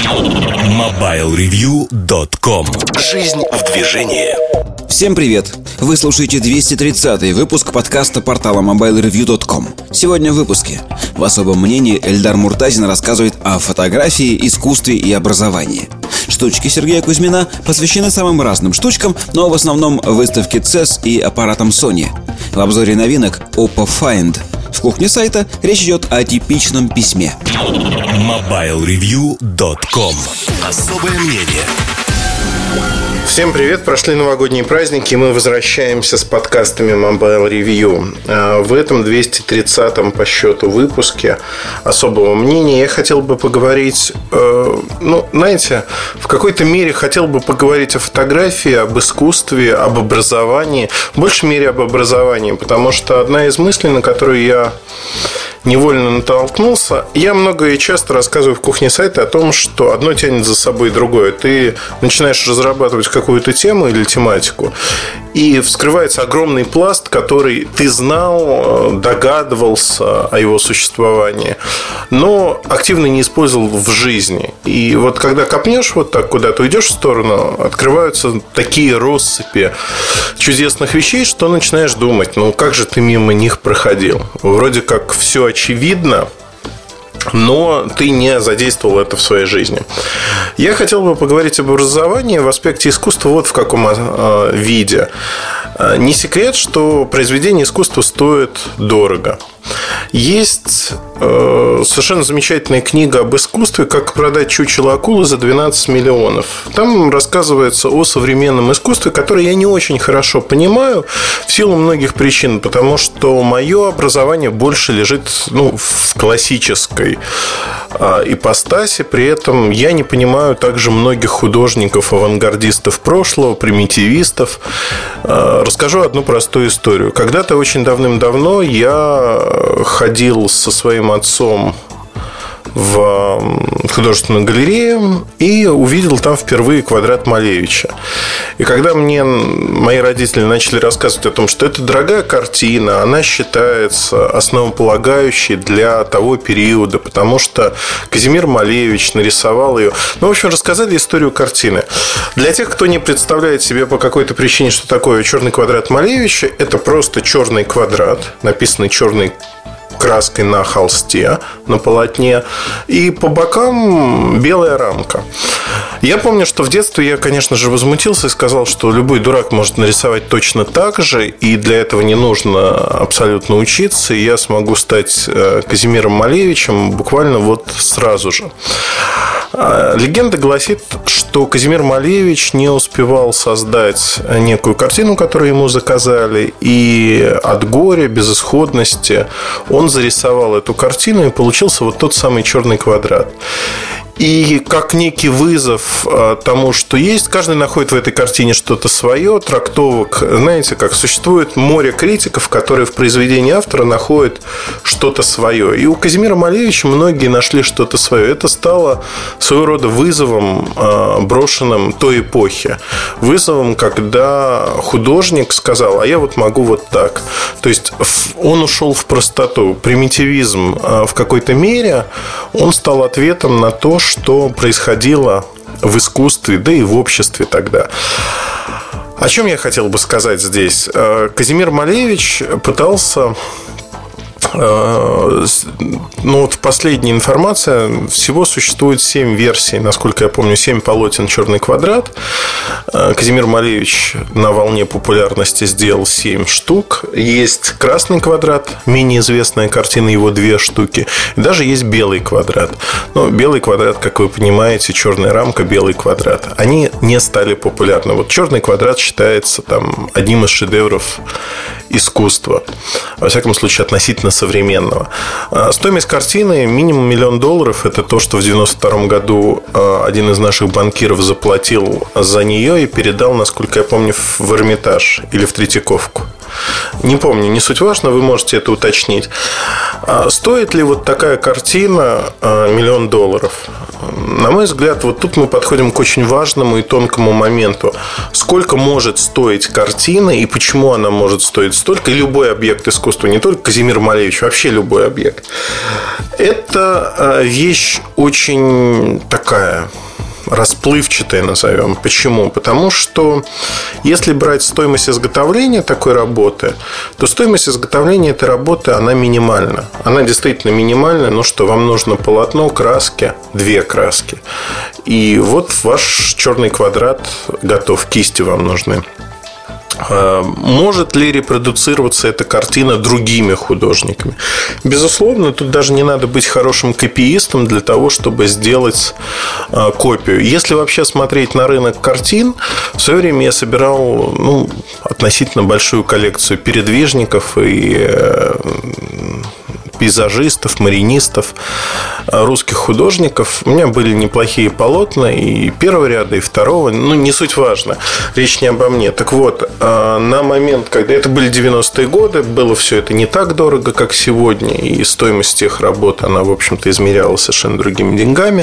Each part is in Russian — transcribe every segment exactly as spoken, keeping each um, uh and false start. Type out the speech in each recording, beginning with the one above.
мобайл ревью точка ком. Жизнь в движении. Всем привет! Вы слушаете двести тридцатый выпуск подкаста портала мобайл ревью точка ком. Сегодня в выпуске. В особом мнении Эльдар Муртазин рассказывает о фотографии, искусстве и образовании. Штучки Сергея Кузьмина посвящены самым разным штучкам, но в основном выставке цес и аппаратам Sony. В обзоре новинок Oppo Find. В кухне сайта речь идет о типичном письме. мобайл ревью точка ком. Особое мнение. Всем привет! Прошли новогодние праздники, и мы возвращаемся с подкастами Mobile Review. В этом двести тридцатом по счету выпуске особого мнения я хотел бы поговорить, ну, знаете, в какой-то мере хотел бы поговорить о фотографии, об искусстве, об образовании, в большей мере об образовании, потому что одна из мыслей, на которую я невольно натолкнулся. Я много и часто рассказываю в кухне сайта о том, что одно тянет за собой другое. Ты начинаешь разрабатывать какую-то тему или тематику, и вскрывается огромный пласт, который ты знал, догадывался о его существовании, но активно не использовал в жизни. И вот когда копнешь вот так, куда-то уйдешь в сторону, открываются такие россыпи чудесных вещей, что начинаешь думать, ну как же ты мимо них проходил? Вроде как все очевидно, но ты не задействовал это в своей жизни. Я хотел бы поговорить об образовании в аспекте искусства вот в каком э, виде. Не секрет, что произведение искусства стоит дорого. Есть э, совершенно замечательная книга об искусстве «Как продать чучело акулы за двенадцать миллионов». Там рассказывается о современном искусстве, которое я не очень хорошо понимаю в силу многих причин, потому что мое образование больше лежит, ну, в классической э, ипостаси. При этом я не понимаю также многих художников, авангардистов прошлого, примитивистов. Э, расскажу одну простую историю. Когда-то очень давным-давно я ходил со своим отцом в художественную галерею и увидел там впервые квадрат Малевича. И когда мне мои родители начали рассказывать о том, что это дорогая картина, она считается основополагающей для того периода, потому что Казимир Малевич нарисовал ее. Ну, в общем, рассказали историю картины. Для тех, кто не представляет себе по какой-то причине, что такое черный квадрат Малевича, это просто черный квадрат, написанный черной краской на холсте, на полотне, и по бокам белая рамка. Я помню, что в детстве я, конечно же, возмутился и сказал, что любой дурак может нарисовать точно так же, и для этого не нужно абсолютно учиться, и я смогу стать Казимиром Малевичем буквально вот сразу же. Легенда гласит, что Казимир Малевич не успевал создать некую картину, которую ему заказали, и от горя, безысходности он зарисовал эту картину, и получился вот тот самый черный квадрат. И как некий вызов тому, что есть, каждый находит в этой картине что-то свое, трактовок. Знаете, как существует море критиков, которые в произведении автора находят что-то свое. И у Казимира Малевича многие нашли что-то свое. Это стало своего рода вызовом, брошенным той эпохи. Вызовом, когда художник сказал: а я вот могу вот так. То есть он ушел в простоту. Примитивизм в какой-то мере, он стал ответом на то, что происходило в искусстве, да и в обществе тогда. О чем я хотел бы сказать здесь? Казимир Малевич пытался... Ну, вот последняя информация. Всего существует семь версий, насколько я помню, семь полотен «Черный квадрат». Казимир Малевич на волне популярности сделал семь штук. Есть «Красный квадрат», менее известная картина, его две штуки. И даже есть «Белый квадрат». Но «Белый квадрат», как вы понимаете, черная рамка, белый квадрат. Они не стали популярны. Вот «Черный квадрат» считается там одним из шедевров искусства. Во всяком случае, относительно современного. Стоимость картины минимум миллион долларов. Это то, что в девяносто втором году один из наших банкиров заплатил за нее и передал, насколько я помню, в Эрмитаж или в Третьяковку. Не помню, не суть важно, вы можете это уточнить. Стоит ли вот такая картина миллион долларов? На мой взгляд, вот тут мы подходим к очень важному и тонкому моменту. Сколько может стоить картина и почему она может стоить столько, и любой объект искусства, не только Казимир Малевич, вообще любой объект. Это вещь очень такая расплывчатая, назовем. Почему? Потому что если брать стоимость изготовления такой работы, то стоимость изготовления этой работы, она минимальна. Она действительно минимальна, но что вам нужно полотно, краски, две краски. И вот ваш черный квадрат готов, кисти вам нужны. Может ли репродуцироваться эта картина другими художниками? Безусловно, тут даже не надо быть хорошим копиистом для того, чтобы сделать копию. Если вообще смотреть на рынок картин, в свое время я собирал ну, относительно большую коллекцию передвижников и пейзажистов, маринистов, русских художников. У меня были неплохие полотна и первого ряда, и второго. Ну, не суть важно. Речь не обо мне. Так вот, на момент, когда это были девяностые годы, было все это не так дорого, как сегодня. И стоимость тех работ, она, в общем-то, измерялась совершенно другими деньгами,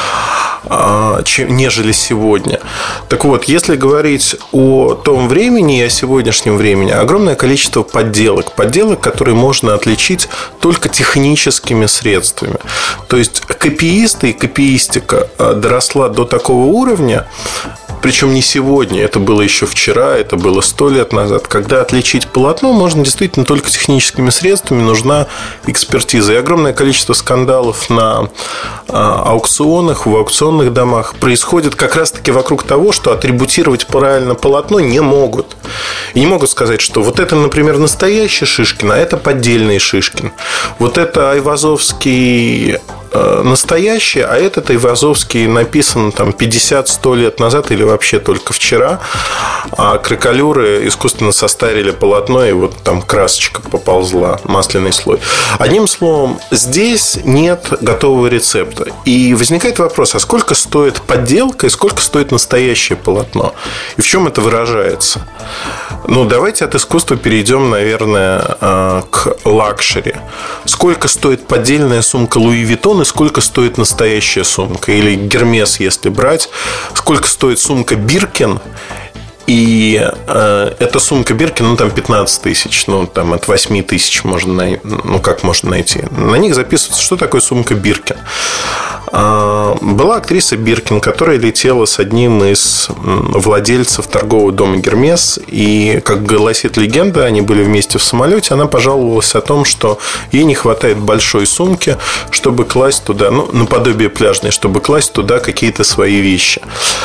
чем, нежели сегодня. Так вот, если говорить о том времени и о сегодняшнем времени, огромное количество подделок. Подделок, которые можно отличить только техническими средствами. То есть копиисты и копиистика доросла до такого уровня, причем не сегодня, это было еще вчера, это было сто лет назад, когда отличить полотно можно действительно только техническими средствами, нужна экспертиза. И огромное количество скандалов на аукционах, в аукционных домах происходит как раз-таки вокруг того, что атрибутировать правильно полотно не могут. И не могут сказать, что вот это, например, настоящий Шишкин, а это поддельный Шишкин. Вот это Айвазовский настоящий, а этот Айвазовский написан там пятьдесят-сто лет назад или вообще только вчера, а кракелюры искусственно состарили полотно, и вот там красочка поползла, масляный слой. Одним словом, здесь нет готового рецепта. И возникает вопрос, а сколько стоит подделка и сколько стоит настоящее полотно? И в чем это выражается? Ну, давайте от искусства перейдем, наверное, к лакшери. Сколько стоит поддельная сумка Луи Виттон и сколько стоит настоящая сумка? Или Гермес, если брать. Сколько стоит сумка Биркин? И э, эта сумка Биркин, ну, там пятнадцать тысяч, ну, там от восемь тысяч можно найти, ну, как можно найти. На них записывается, что такое сумка Биркин. Э, была актриса Биркин, которая летела с одним из владельцев торгового дома Гермес. И, как гласит легенда, они были вместе в самолете. Она пожаловалась о том, что ей не хватает большой сумки, чтобы класть туда, ну, наподобие пляжной, чтобы класть туда какие-то свои вещи.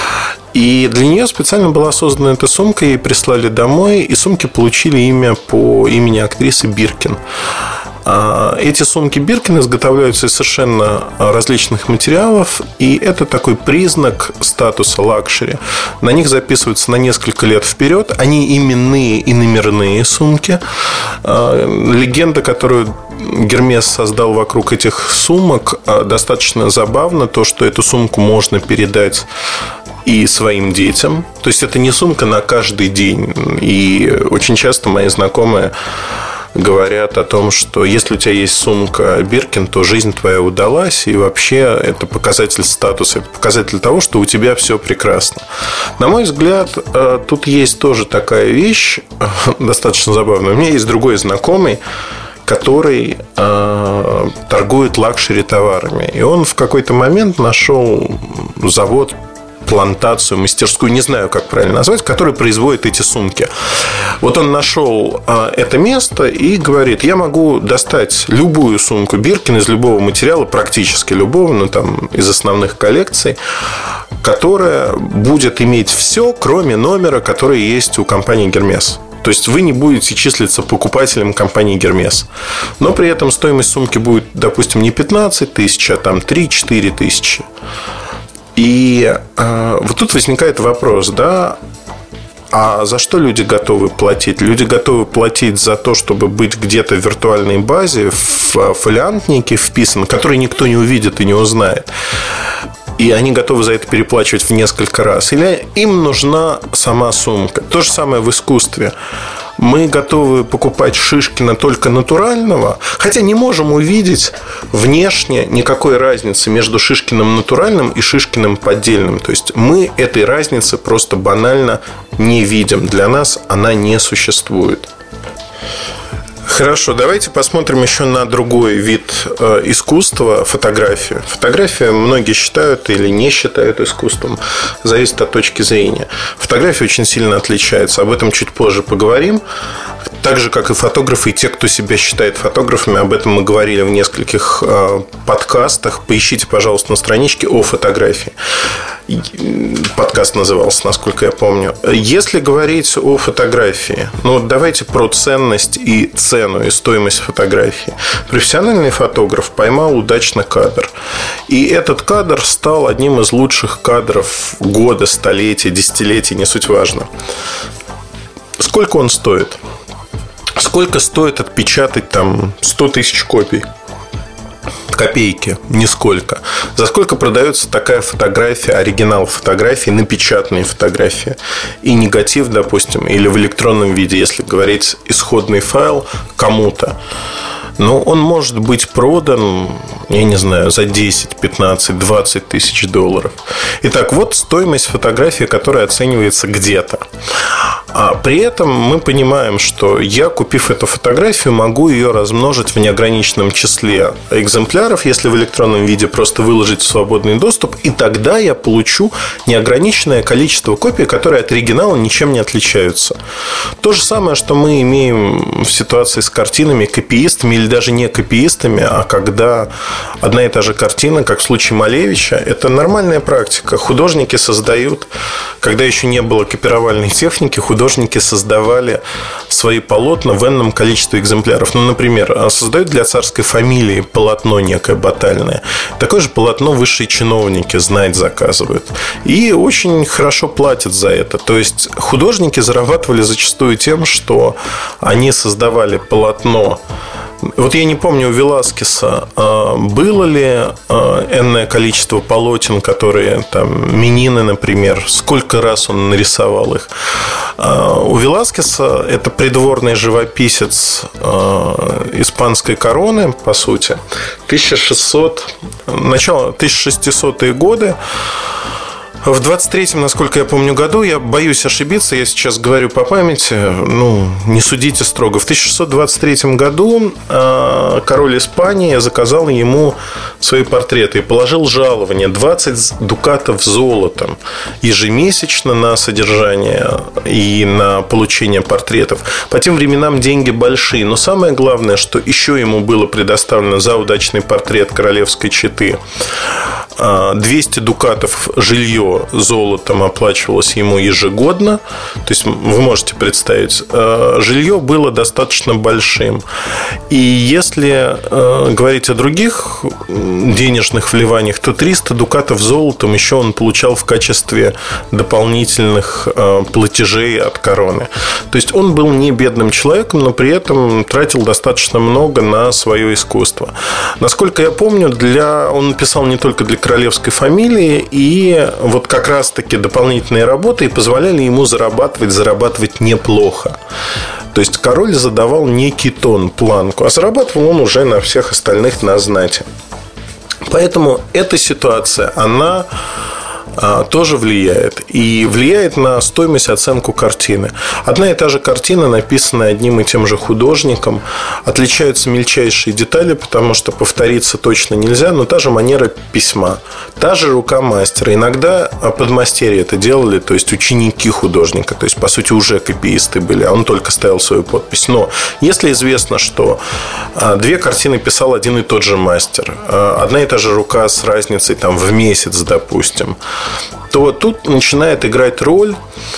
И для нее специально была создана эта сумка, ей прислали домой, и сумки получили имя по имени актрисы Биркин. Эти сумки Биркин изготовляются из совершенно различных материалов, и это такой признак статуса лакшери. На них записываются на несколько лет вперед. Они именные и номерные сумки. Легенда, которую Гермес создал вокруг этих сумок, достаточно забавна. То, что эту сумку можно передать и своим детям. То есть это не сумка на каждый день. И очень часто мои знакомые говорят о том, что если у тебя есть сумка Биркин, то жизнь твоя удалась. И вообще это показатель статуса, это показатель того, что у тебя все прекрасно. На мой взгляд, тут есть тоже такая вещь достаточно забавная. У меня есть другой знакомый, который э, торгует лакшери товарами. И он в какой-то момент нашел завод, плантацию, мастерскую, не знаю, как правильно назвать, который производит эти сумки. Вот он нашел а, это место и говорит: я могу достать любую сумку Биркин из любого материала, практически любого, ну, там, из основных коллекций, которая будет иметь все, кроме номера, который есть у компании Гермес. То есть вы не будете числиться покупателем компании Гермес. Но при этом стоимость сумки будет, допустим, не пятнадцать тысяч, а там три-четыре тысячи. И э, вот тут возникает вопрос, да, а за что люди готовы платить? Люди готовы платить за то, чтобы быть где-то в виртуальной базе, в фолиантнике вписан, который никто не увидит и не узнает. И они готовы за это переплачивать в несколько раз. Или им нужна сама сумка. То же самое в искусстве. Мы готовы покупать Шишкина только натурального, хотя не можем увидеть внешне никакой разницы между Шишкиным натуральным и Шишкиным поддельным. То есть мы этой разницы просто банально не видим. Для нас она не существует. Хорошо, давайте посмотрим еще на другой вид э, искусства – фотографию. Фотографию многие считают или не считают искусством. Зависит от точки зрения. Фотография очень сильно отличается. Об этом чуть позже поговорим. Так же, как и фотографы, и те, кто себя считает фотографами. Об этом мы говорили в нескольких э, подкастах. Поищите, пожалуйста, на страничке о фотографии. Подкаст назывался, насколько я помню. Если говорить о фотографии, ну давайте про ценность и цену, и стоимость фотографии. Профессиональный фотограф поймал удачно кадр. И этот кадр стал одним из лучших кадров года, столетия, десятилетия, не суть важно. Сколько он стоит? Сколько стоит отпечатать там сто тысяч копий? Копейки, нисколько. За сколько продается такая фотография, оригинал фотографии, напечатанные фотографии и негатив, допустим, или в электронном виде, если говорить исходный файл кому-то. Но он может быть продан, я не знаю, за десять, пятнадцать, двадцать тысяч долларов. Итак, вот стоимость фотографии, которая оценивается где-то. А при этом мы понимаем, что я, купив эту фотографию, могу ее размножить в неограниченном числе экземпляров, если в электронном виде просто выложить в свободный доступ, и тогда я получу неограниченное количество копий, которые от оригинала ничем не отличаются. То же самое, что мы имеем в ситуации с картинами, копиистами или даже не копиистами, а когда одна и та же картина, как в случае Малевича, это нормальная практика. Художники создают, когда еще не было копировальной техники, художники создавали свои полотна в энном количестве экземпляров. Ну, например, создают для царской фамилии полотно некое батальное. Такое же полотно высшие чиновники знать заказывают. И очень хорошо платят за это. То есть художники зарабатывали зачастую тем, что они создавали полотно. Вот я не помню у Веласкеса, было ли энное количество полотен, которые там Менины, например, сколько раз он нарисовал их. У Веласкеса это придворный живописец испанской короны, по сути, тысяча шестьсот, начало тысяча шестисотые годы. В двадцать третьем, насколько я помню, году, я боюсь ошибиться, я сейчас говорю по памяти, ну, не судите строго. В тысяча шестьсот двадцать третьем году э, король Испании заказал ему свои портреты и положил жалование двадцать дукатов золотом ежемесячно на содержание и на получение портретов. По тем временам деньги большие, но самое главное, что еще ему было предоставлено за удачный портрет королевской четы. двести дукатов жилье золотом оплачивалось ему ежегодно. То есть вы можете представить, жилье было достаточно большим. И если говорить о других денежных вливаниях, то триста дукатов золотом еще он получал в качестве дополнительных платежей от короны. То есть он был не бедным человеком, но при этом тратил достаточно много на свое искусство. Насколько я помню, для... он писал не только для королевской фамилии, и вот как раз-таки дополнительные работы и позволяли ему зарабатывать, зарабатывать неплохо. То есть король задавал некий тон, планку, а зарабатывал он уже на всех остальных на знати. Поэтому эта ситуация, она тоже влияет. И влияет на стоимость, оценку картины. Одна и та же картина, написанная одним и тем же художником, отличаются мельчайшие детали, потому что повториться точно нельзя, но та же манера письма, та же рука мастера. Иногда подмастерья это делали, то есть ученики художника, то есть по сути уже копиисты были, а он только ставил свою подпись. Но если известно, что две картины писал один и тот же мастер, одна и та же рука с разницей там в месяц, допустим, то тут начинает играть роль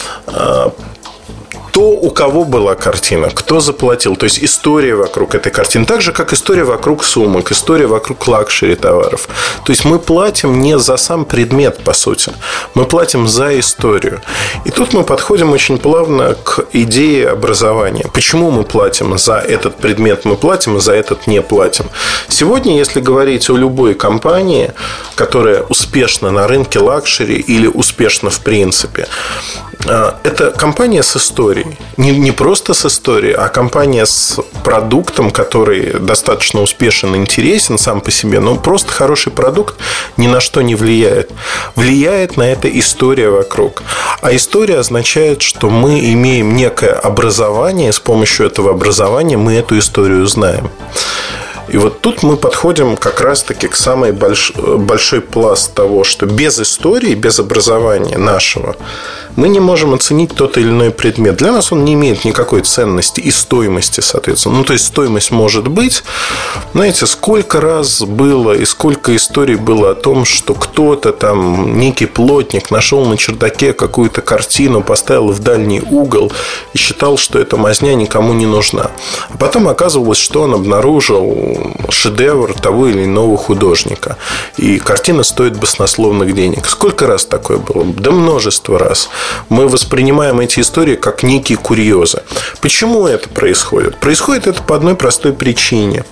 то, у кого была картина, кто заплатил. То есть история вокруг этой картины. Так же, как история вокруг сумок, история вокруг лакшери товаров. То есть мы платим не за сам предмет, по сути. Мы платим за историю. И тут мы подходим очень плавно к идее образования. Почему мы платим за этот предмет, мы платим, и за этот не платим. Сегодня, если говорить о любой компании, которая успешна на рынке лакшери или успешна в принципе, это компания с историей. историей. Не, не просто с историей, а компания с продуктом, который достаточно успешен, интересен сам по себе, но просто хороший продукт ни на что не влияет. Влияет на это история вокруг. А история означает, что мы имеем некое образование, с помощью этого образования мы эту историю знаем. И вот тут мы подходим как раз-таки к самой больш... большой пласт того, что без истории, без образования нашего мы не можем оценить тот или иной предмет. Для нас он не имеет никакой ценности и стоимости, соответственно. Ну, то есть, стоимость может быть. Знаете, сколько раз было и сколько историй было о том, что кто-то там, некий плотник, нашел на чердаке какую-то картину, поставил в дальний угол и считал, что эта мазня никому не нужна. А потом оказывалось, что он обнаружил шедевр того или иного художника. И картина стоит баснословных денег. Сколько раз такое было? Да множество раз. Мы воспринимаем эти истории как некие курьезы. Почему это происходит? Происходит это по одной простой причине.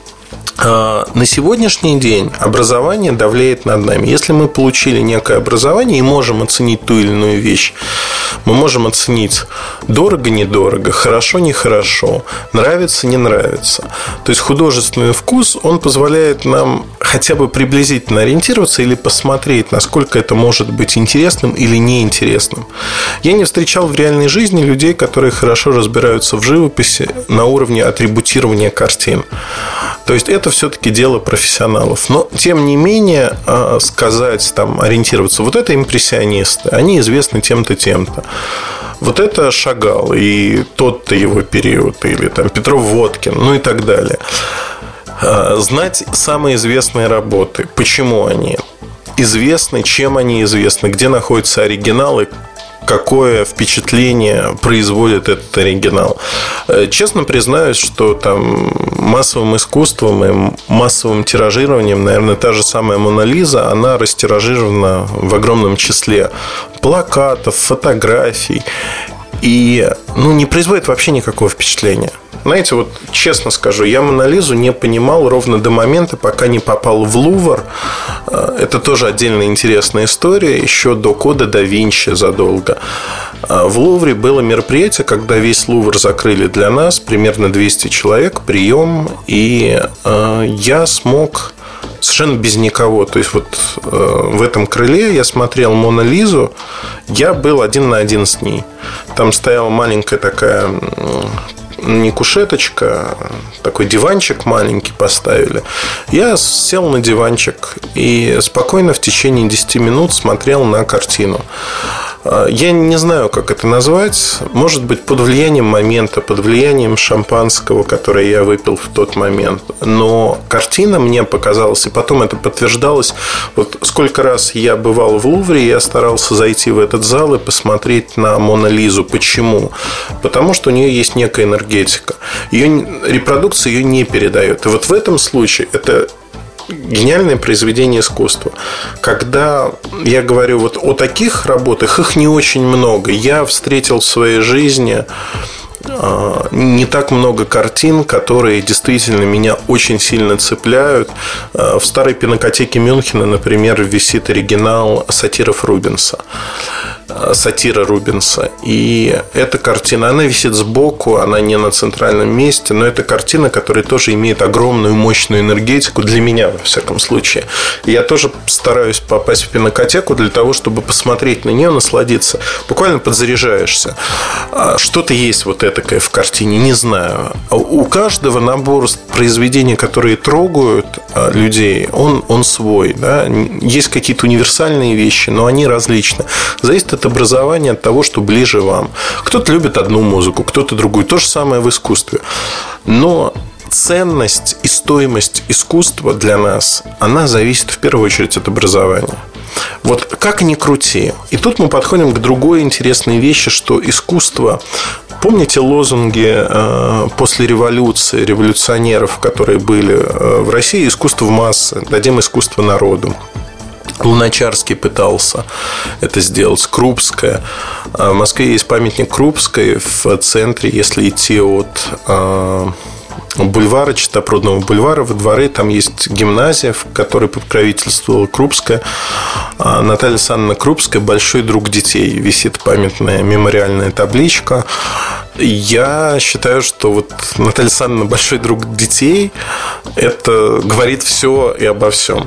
На сегодняшний день образование давляет над нами. Если мы получили некое образование и можем оценить ту или иную вещь, мы можем оценить дорого-недорого, хорошо-нехорошо, нравится-не нравится. То есть художественный вкус, он позволяет нам хотя бы приблизительно ориентироваться или посмотреть, насколько это может быть интересным или неинтересным. Я не встречал в реальной жизни людей, которые хорошо разбираются в живописи на уровне атрибутирования картин. То есть это все-таки дело профессионалов. Но, тем не менее, сказать, там, ориентироваться, вот это импрессионисты, они известны тем-то, тем-то. Вот это Шагал и тот-то его период, или там Петров-Водкин, ну и так далее. Знать самые известные работы. Почему они известны, чем они известны, где находятся оригиналы, какое впечатление производит этот оригинал. Честно признаюсь, что там массовым искусством и массовым тиражированием, наверное, та же самая Мона Лиза, она растиражирована в огромном числе плакатов, фотографий и, ну, не производит вообще никакого впечатления. Знаете, вот честно скажу, я Мону Лизу не понимал ровно до момента, пока не попал в Лувр. Это тоже отдельно интересная история, еще до Кода да Винчи задолго. В Лувре было мероприятие, когда весь Лувр закрыли для нас, примерно двести человек, прием, и я смог совершенно без никого. То есть вот в этом крыле я смотрел Мону Лизу, я был один на один с ней. Там стояла маленькая такая, не кушеточка, такой диванчик маленький поставили. Я сел на диванчик и спокойно в течение десяти минут смотрел на картину. Я не знаю, как это назвать. Может быть, под влиянием момента, под влиянием шампанского, которое я выпил в тот момент. Но картина мне показалась, и потом это подтверждалось. Вот сколько раз я бывал в Лувре, я старался зайти в этот зал и посмотреть на Мону Лизу. Почему? Потому что у нее есть некая энергетика. Ее репродукция ее не передает. И вот в этом случае это гениальное произведение искусства. Когда я говорю вот о таких работах, их не очень много. Я встретил в своей жизни не так много картин, которые действительно меня очень сильно цепляют. В старой пинакотеке Мюнхена, например, висит оригинал сатиров Рубенса. Сатира Рубенса. И эта картина, она висит сбоку, она не на центральном месте, но это картина, которая тоже имеет огромную мощную энергетику для меня, во всяком случае. И я тоже стараюсь попасть в пинакотеку для того, чтобы посмотреть на нее, насладиться. Буквально подзаряжаешься. Что-то есть вот этакое в картине, не знаю. У каждого набор произведений, которые трогают людей, он, он свой. Да? Есть какие-то универсальные вещи, но они различны. Зависит от образования, от того, что ближе вам. Кто-то любит одну музыку, кто-то другую. То же самое в искусстве. Но ценность и стоимость искусства для нас, она зависит в первую очередь от образования. Вот как ни крути. И тут мы подходим к другой интересной вещи, что искусство... Помните лозунги э, после революции, революционеров, которые были э, в России? Искусство в массы, дадим искусство народу. Луначарский пытался это сделать, Крупская. В Москве есть памятник Крупской в центре, если идти от э, бульвара, Чистопрудного бульвара, во дворы там есть гимназия, в которой покровительствовала Крупская. Наталья Александровна Крупская, большой друг детей. Висит памятная мемориальная табличка. Я считаю, что вот Наталья Александровна большой друг детей. Это говорит все и обо всем.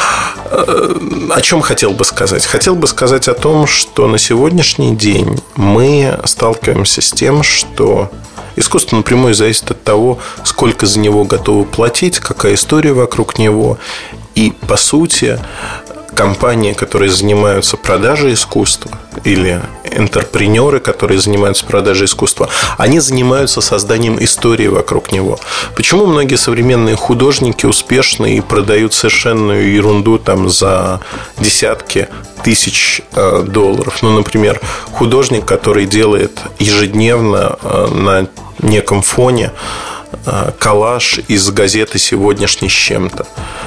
О чем хотел бы сказать? Хотел бы сказать о том, что на сегодняшний день мы сталкиваемся с тем, что искусство напрямую зависит от того, сколько за него готовы платить, какая история вокруг него. И, по сути, компании, которые занимаются продажей искусства, или энтерпренеры, которые занимаются продажей искусства, они занимаются созданием истории вокруг него. Почему многие современные художники успешны и продают совершенную ерунду там за десятки тысяч э, долларов? Ну, например, художник, который делает ежедневно э, на неком фоне э, коллаж из газеты «Сегодняшний» с чем-то.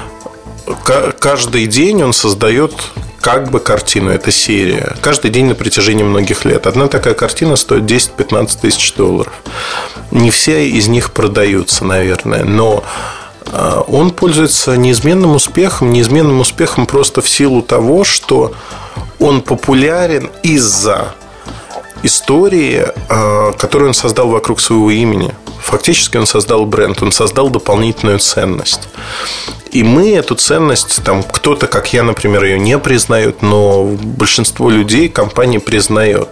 Каждый день он создает как бы картину, это серия. Каждый день на протяжении многих лет. Одна такая картина стоит десять-пятнадцать тысяч долларов. Не все из них продаются, наверное, но он пользуется неизменным успехом. Неизменным успехом просто в силу того, что он популярен из-за истории, которую он создал вокруг своего имени. Фактически он создал бренд, он создал дополнительную ценность. И мы эту ценность, там, кто-то, как я, например, ее не признает, но большинство людей компании признает.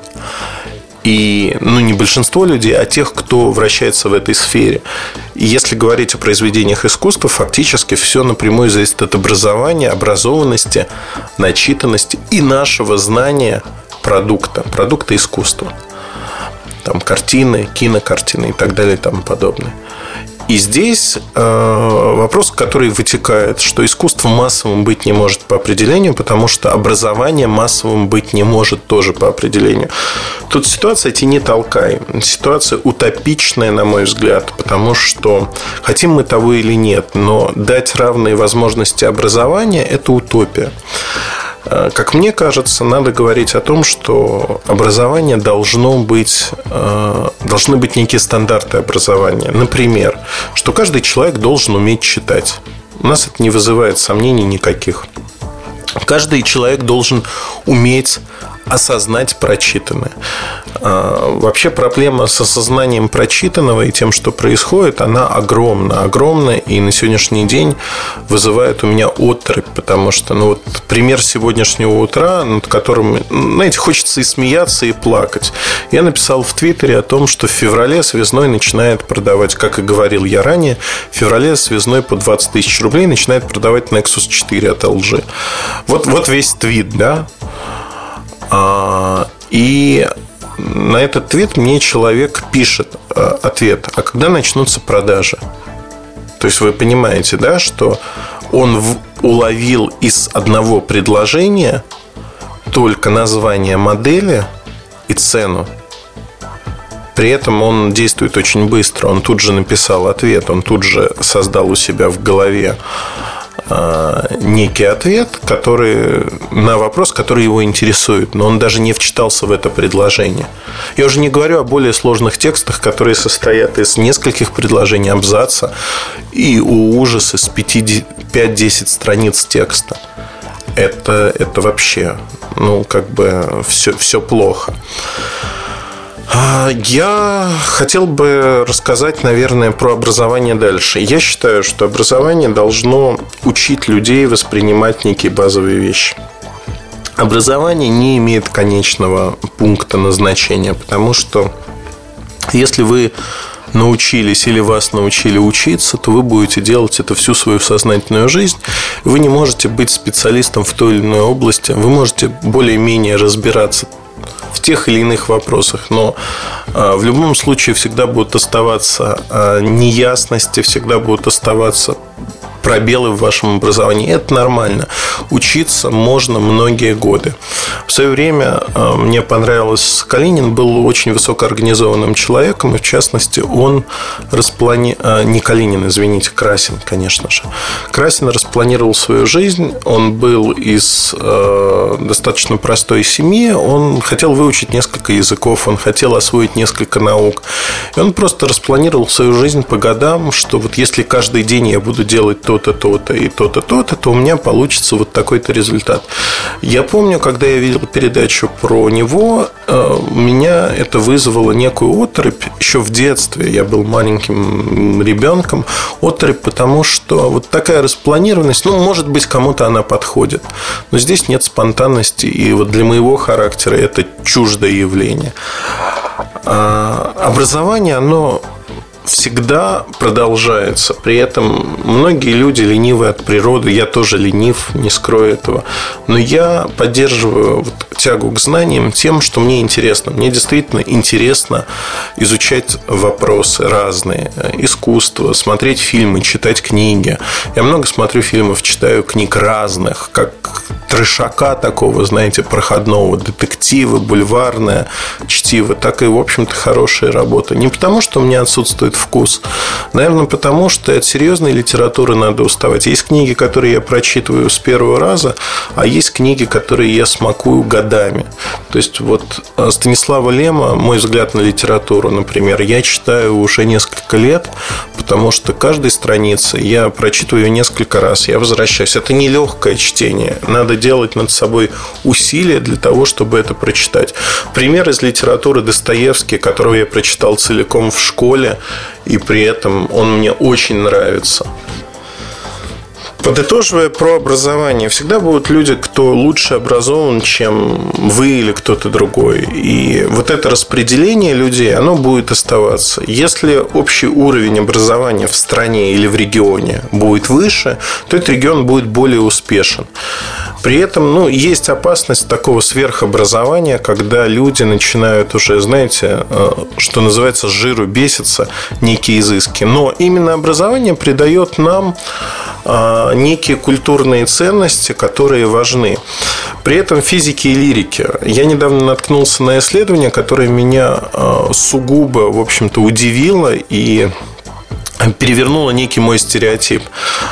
И, ну, не большинство людей, а тех, кто вращается в этой сфере. И если говорить о произведениях искусства, фактически все напрямую зависит от образования, образованности, начитанности и нашего знания продукта, продукта искусства. Там картины, кинокартины и так далее и тому подобное. И здесь э, вопрос, который вытекает, что искусство массовым быть не может по определению, потому что образование массовым быть не может тоже по определению. Тут ситуация «тяни, толкай». Ситуация утопичная, на мой взгляд, потому что хотим мы того или нет, но дать равные возможности образования – это утопия. Как мне кажется, надо говорить о том, что образование должно быть, должны быть некие стандарты образования. Например, что каждый человек должен уметь читать. У нас это не вызывает сомнений никаких. Каждый человек должен уметь осознать прочитанное. Вообще проблема с осознанием прочитанного и тем, что происходит, она огромна, огромна, и на сегодняшний день вызывает у меня оторопь, потому что, ну вот пример сегодняшнего утра, над которым, знаете, хочется и смеяться, и плакать. Я написал в Твиттере о том, что в феврале связной начинает продавать, как и говорил я ранее, в феврале связной по двадцать тысяч рублей начинает продавать Nexus четыре от эл джи. Вот, вот весь твит, да? И на этот твит мне человек пишет ответ: а когда начнутся продажи? То есть вы понимаете, да, что он в, уловил из одного предложения только название модели и цену. При этом он действует очень быстро. Он тут же написал ответ, он тут же создал у себя в голове некий ответ, который, на вопрос, который его интересует, но он даже не вчитался в это предложение. Я уже не говорю о более сложных текстах, которые состоят из нескольких предложений, абзаца, и у ужаса с пять-десять страниц текста. Это, это вообще, ну, как бы все, все плохо. Я хотел бы рассказать, наверное, про образование дальше. Я считаю, что образование должно учить людей воспринимать некие базовые вещи. Образование не имеет конечного пункта назначения, потому что если вы научились или вас научили учиться, то вы будете делать это всю свою сознательную жизнь. Вы не можете быть специалистом в той или иной области. Вы можете более-менее разбираться в тех или иных вопросах, но э, в любом случае всегда будут оставаться э, неясности, всегда будут оставаться пробелы в вашем образовании. Это нормально. Учиться можно многие годы. В свое время э, мне понравилось, Калинин был очень высокоорганизованным человеком, и в частности он расплани... э, не Калинин, извините, Красин, конечно же. Красин распланировал свою жизнь. Он был из э, достаточно простой семьи. Он хотел выучить несколько языков, он хотел освоить несколько наук. И он просто распланировал свою жизнь по годам, что вот если каждый день я буду делать то-то, то-то и то-то, то-то, то у меня получится вот такой-то результат. Я помню, когда я видел передачу про него, у меня это вызвало некую оторопь еще в детстве. Я был маленьким ребенком. Оторопь, потому что вот такая распланированность, ну, может быть, кому-то она подходит, но здесь нет спонтанности, и вот для моего характера это чуждое явление. А образование, оно всегда продолжается. При этом многие люди ленивы от природы. Я тоже ленив, не скрою этого. Но я поддерживаю вот тягу к знаниям тем, что мне интересно. Мне действительно интересно изучать вопросы разные. Искусство, смотреть фильмы, читать книги. Я много смотрю фильмов, читаю книг разных, как трешака такого, знаете, проходного, детективы, бульварное чтиво, так и, в общем-то, хорошая работа. Не потому, что у меня отсутствует вкус, наверное, потому что от серьезной литературы надо уставать. Есть книги, которые я прочитываю с первого раза, а есть книги, которые я смакую годами. То есть вот Станислава Лема, мой взгляд на литературу, например, я читаю уже несколько лет, потому что каждой страницы я прочитываю ее несколько раз, я возвращаюсь. Это не легкое чтение, надо делать над собой усилия для того, чтобы это прочитать. Пример из литературы: Достоевский, которого я прочитал целиком в школе, и при этом он мне очень нравится. Подытоживая про образование, всегда будут люди, кто лучше образован, чем вы или кто-то другой. И вот это распределение людей, оно будет оставаться. Если общий уровень образования в стране или в регионе будет выше, то этот регион будет более успешен. При этом, ну, есть опасность такого сверхобразования, когда люди начинают уже, знаете, что называется, с жиру беситься, некие изыски. Но именно образование придает нам некие культурные ценности, которые важны. При этом физики и лирики. Я недавно наткнулся на исследование, которое меня сугубо, в общем-то, удивило и перевернуло некий мой стереотип.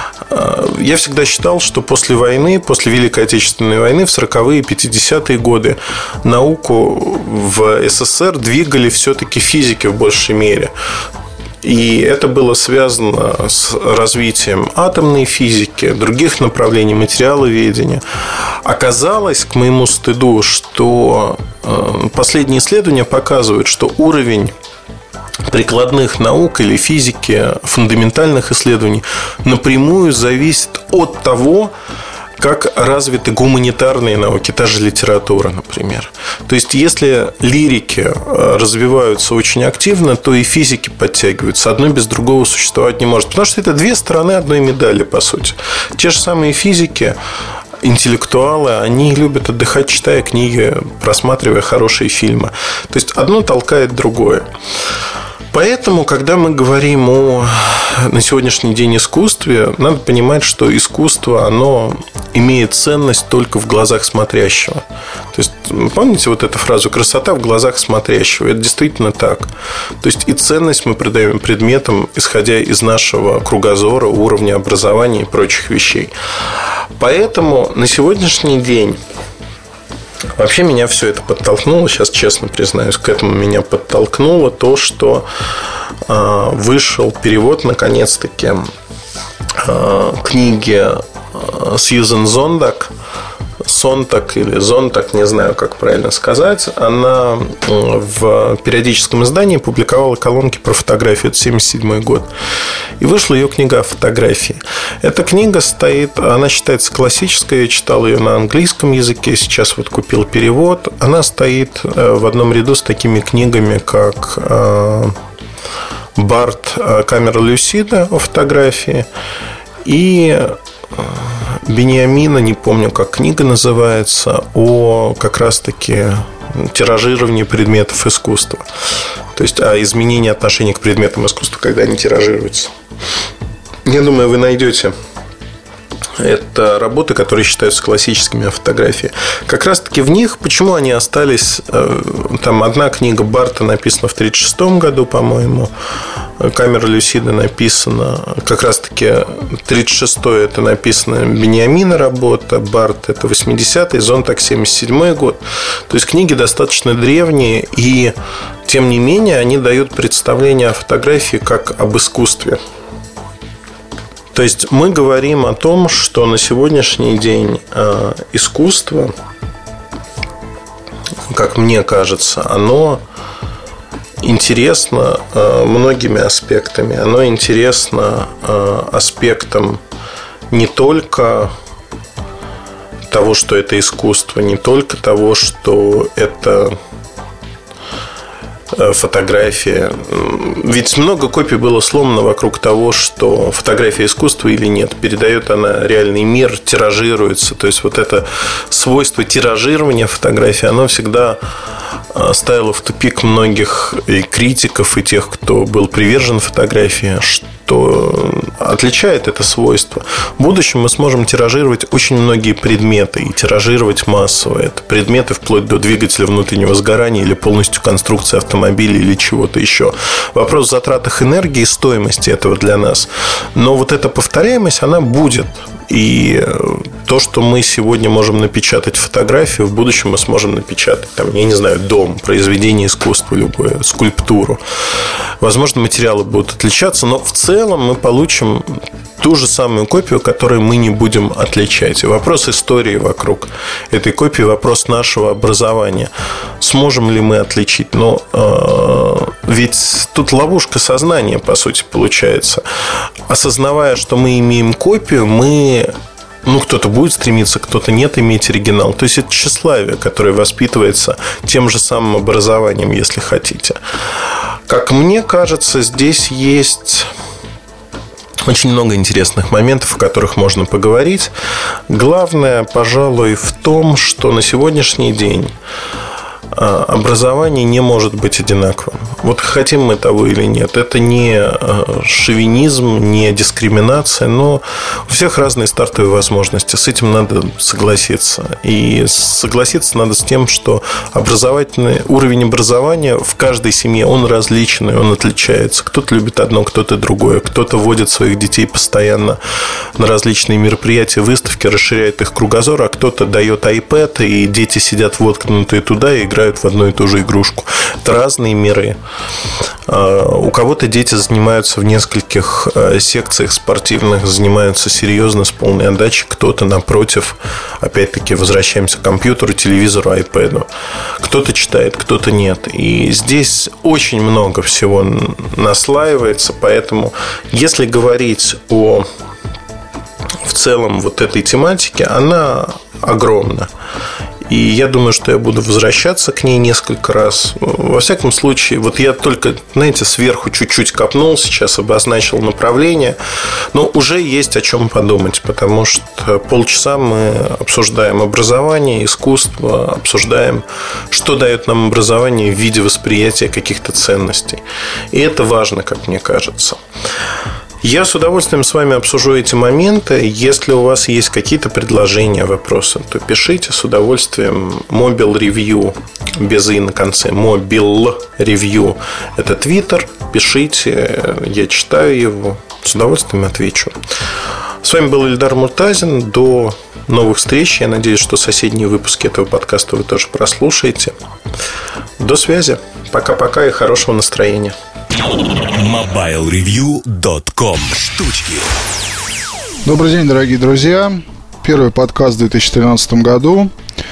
Я всегда считал, что после войны, после Великой Отечественной войны, в сороковые и пятидесятые годы науку в СССР двигали все-таки физики в большей мере. И это было связано с развитием атомной физики, других направлений материаловедения. Оказалось, к моему стыду, что последние исследования показывают, что уровень прикладных наук или физики, фундаментальных исследований напрямую зависит от того, как развиты гуманитарные науки, та же литература, например. То есть, если лирики развиваются очень активно, то и физики подтягиваются. Одно без другого существовать не может. Потому что это две стороны одной медали, по сути. Те же самые физики, интеллектуалы, они любят отдыхать, читая книги, просматривая хорошие фильмы. То есть, одно толкает другое. Поэтому, когда мы говорим о на сегодняшний день искусстве, надо понимать, что искусство, оно имеет ценность только в глазах смотрящего. То есть, помните вот эту фразу «красота в глазах смотрящего»? Это действительно так. То есть, и ценность мы придаем предметам, исходя из нашего кругозора, уровня образования и прочих вещей. Поэтому на сегодняшний день вообще меня все это подтолкнуло, сейчас честно признаюсь, к этому меня подтолкнуло то, что э, вышел перевод, наконец-таки, э, книги э, Сьюзен Зондак, Сонтак или Зонтак, не знаю, как правильно сказать. Она в периодическом издании публиковала колонки про фотографию. Это семьдесят седьмой год. И вышла ее книга о фотографии. Эта книга стоит, она считается классической. Я читал ее на английском языке. Сейчас вот купил перевод. Она стоит в одном ряду с такими книгами, как Барт «Камера Люсида» о фотографии и Бениамина, не помню, как книга называется, о как раз-таки тиражировании предметов искусства. То есть о изменении отношения к предметам искусства, когда они тиражируются. Я думаю, вы найдете. Это работы, которые считаются классическими о фотографии. Как раз-таки в них, почему они остались. Там одна книга Барта написана в тридцать шестом году, по-моему. «Камера Люсида» написана как раз-таки тридцать шестой. Это написана Бениамина работа. Барт – это восьмидесятый. Зонтак – семьдесят седьмой год. То есть книги достаточно древние. И тем не менее они дают представление о фотографии как об искусстве. То есть мы говорим о том, что на сегодняшний день э, искусство, как мне кажется, оно интересно э, многими аспектами. Оно интересно э, аспектом не только того, что это искусство, не только того, что это фотография. Ведь много копий было сломано вокруг того, что фотография искусство или нет. Передает она реальный мир, тиражируется. То есть вот это свойство тиражирования фотографии, оно всегда ставило в тупик многих и критиков, и тех, кто был привержен фотографии, что отличает это свойство. В будущем мы сможем тиражировать очень многие предметы и тиражировать массово. Это предметы вплоть до двигателя внутреннего сгорания или полностью конструкции автомобиля или чего-то еще. Вопрос в затратах энергии и стоимости этого для нас. Но вот эта повторяемость, она будет. И то, что мы сегодня можем напечатать фотографию, в будущем мы сможем напечатать, там, я не знаю, дом, произведение искусства, любое, скульптуру. Возможно, материалы будут отличаться, но в целом мы получим ту же самую копию, которую мы не будем отличать. И вопрос истории вокруг этой копии, вопрос нашего образования. Сможем ли мы отличить? Но э, ведь тут ловушка сознания, по сути, получается. Осознавая, что мы имеем копию, мы... Ну, кто-то будет стремиться, кто-то нет иметь оригинал. То есть это тщеславие, которое воспитывается тем же самым образованием, если хотите. Как мне кажется, здесь есть очень много интересных моментов, о которых можно поговорить. Главное, пожалуй, в том, что на сегодняшний день образование не может быть одинаковым. Вот хотим мы того или нет. Это не шовинизм, не дискриминация, но у всех разные стартовые возможности. С этим надо согласиться. И согласиться надо с тем, что образовательный уровень образования в каждой семье, он различный, он отличается. Кто-то любит одно, кто-то другое. Кто-то водит своих детей постоянно на различные мероприятия, выставки, расширяет их кругозор, а кто-то дает iPad, и дети сидят воткнутые туда и играют в одну и ту же игрушку. Это разные миры. У кого-то дети занимаются в нескольких секциях спортивных, занимаются серьезно, с полной отдачей. Кто-то, напротив, опять-таки, возвращаемся к компьютеру, телевизору, айпэду. Кто-то читает, кто-то нет. И здесь очень много всего наслаивается. Поэтому, если говорить о в целом вот этой тематике, она огромна. И я думаю, что я буду возвращаться к ней несколько раз. Во всяком случае, вот я только, знаете, сверху чуть-чуть копнул, сейчас обозначил направление. Но уже есть о чем подумать, потому что полчаса мы обсуждаем образование, искусство, обсуждаем, что дает нам образование в виде восприятия каких-то ценностей. И это важно, как мне кажется. Я с удовольствием с вами обсужу эти моменты. Если у вас есть какие-то предложения, вопросы, то пишите с удовольствием. Mobile Review, без «и» на конце. Mobile Review – это Twitter. Пишите, я читаю его. С удовольствием отвечу. С вами был Эльдар Муртазин. До новых встреч. Я надеюсь, что соседние выпуски этого подкаста вы тоже прослушаете. До связи. Пока-пока и хорошего настроения. мобайл ревью точка ком. Штучки. Добрый день, дорогие друзья. Первый подкаст в две тысячи тринадцатом году.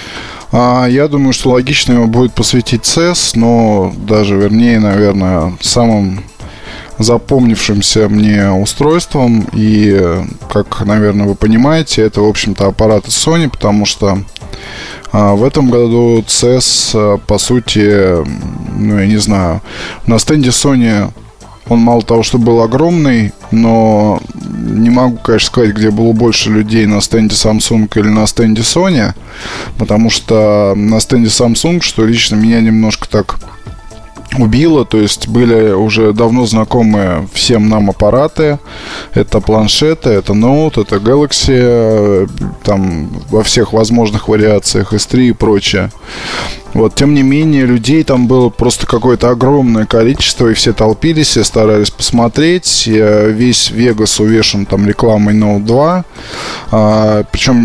Я думаю, что логично его будет посвятить цэс, но даже вернее, наверное, самым запомнившимся мне устройством. И, как, наверное, вы понимаете, это, в общем-то, аппараты Sony, потому что в этом году цэс, по сути, ну, я не знаю, на стенде Sony он мало того, что был огромный, но не могу, конечно, сказать, где было больше людей, на стенде Samsung или на стенде Sony, потому что на стенде Samsung, что лично меня немножко так убило, то есть были уже давно знакомые всем нам аппараты. Это планшеты, это ноут, это Galaxy, там во всех возможных вариациях эс три и прочее. Вот, тем не менее, людей там было просто какое-то огромное количество, и все толпились, все старались посмотреть. Весь Vegas увешан там рекламой ноут два. а, Причем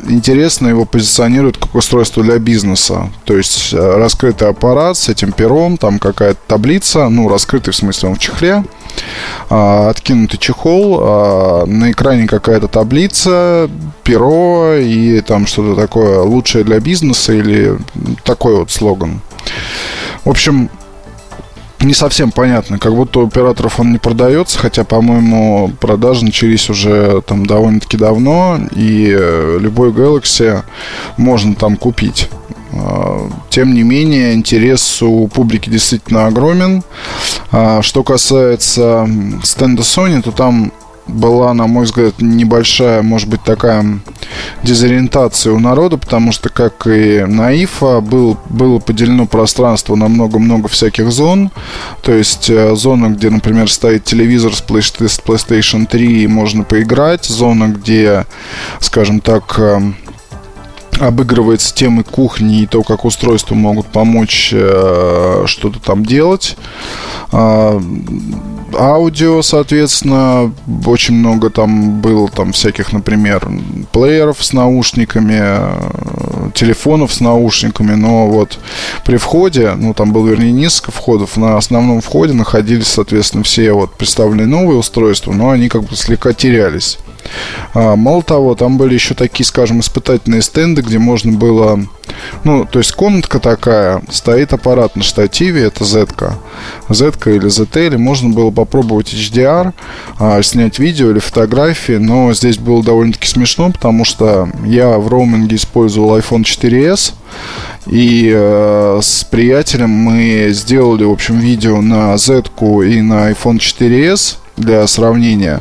интересно его позиционируют как устройство для бизнеса. То есть раскрытый аппарат с этим пером, там какая-то таблица, ну, раскрытый в смысле он в чехле, откинутый чехол, на экране какая-то таблица, перо и там что-то такое лучшее для бизнеса или такой вот слоган. В общем, не совсем понятно, как будто у операторов он не продается, хотя, по-моему, продажи начались уже там довольно-таки давно, и любой Galaxy можно там купить. Тем не менее, интерес у публики действительно огромен. Что касается стенда Sony, то там была, на мой взгляд, небольшая, может быть, такая дезориентация у народа, потому что, как и на ай эф эй, был, было поделено пространство на много-много всяких зон. То есть зона, где, например, стоит телевизор с PlayStation три и можно поиграть. Зона, где, скажем так, обыгрывается темы кухни и то, как устройства могут помочь э, что-то там делать. Э, аудио, соответственно, очень много там было там всяких, например, плееров с наушниками, э, телефонов с наушниками, но вот при входе, ну там было, вернее, несколько входов, на основном входе находились, соответственно, все вот представленные новые устройства, но они как бы слегка терялись. А, мало того, там были еще такие, скажем, испытательные стенды, где можно было, ну, то есть комнатка такая, стоит аппарат на штативе, это Z-ка, Z-ка или зет эл, можно было попробовать эйч ди ар, а, снять видео или фотографии, но здесь было довольно-таки смешно, потому что я в роуминге использовал айфон четыре эс, и э, с приятелем мы сделали, в общем, видео на Z-ку и на айфон четыре эс для сравнения.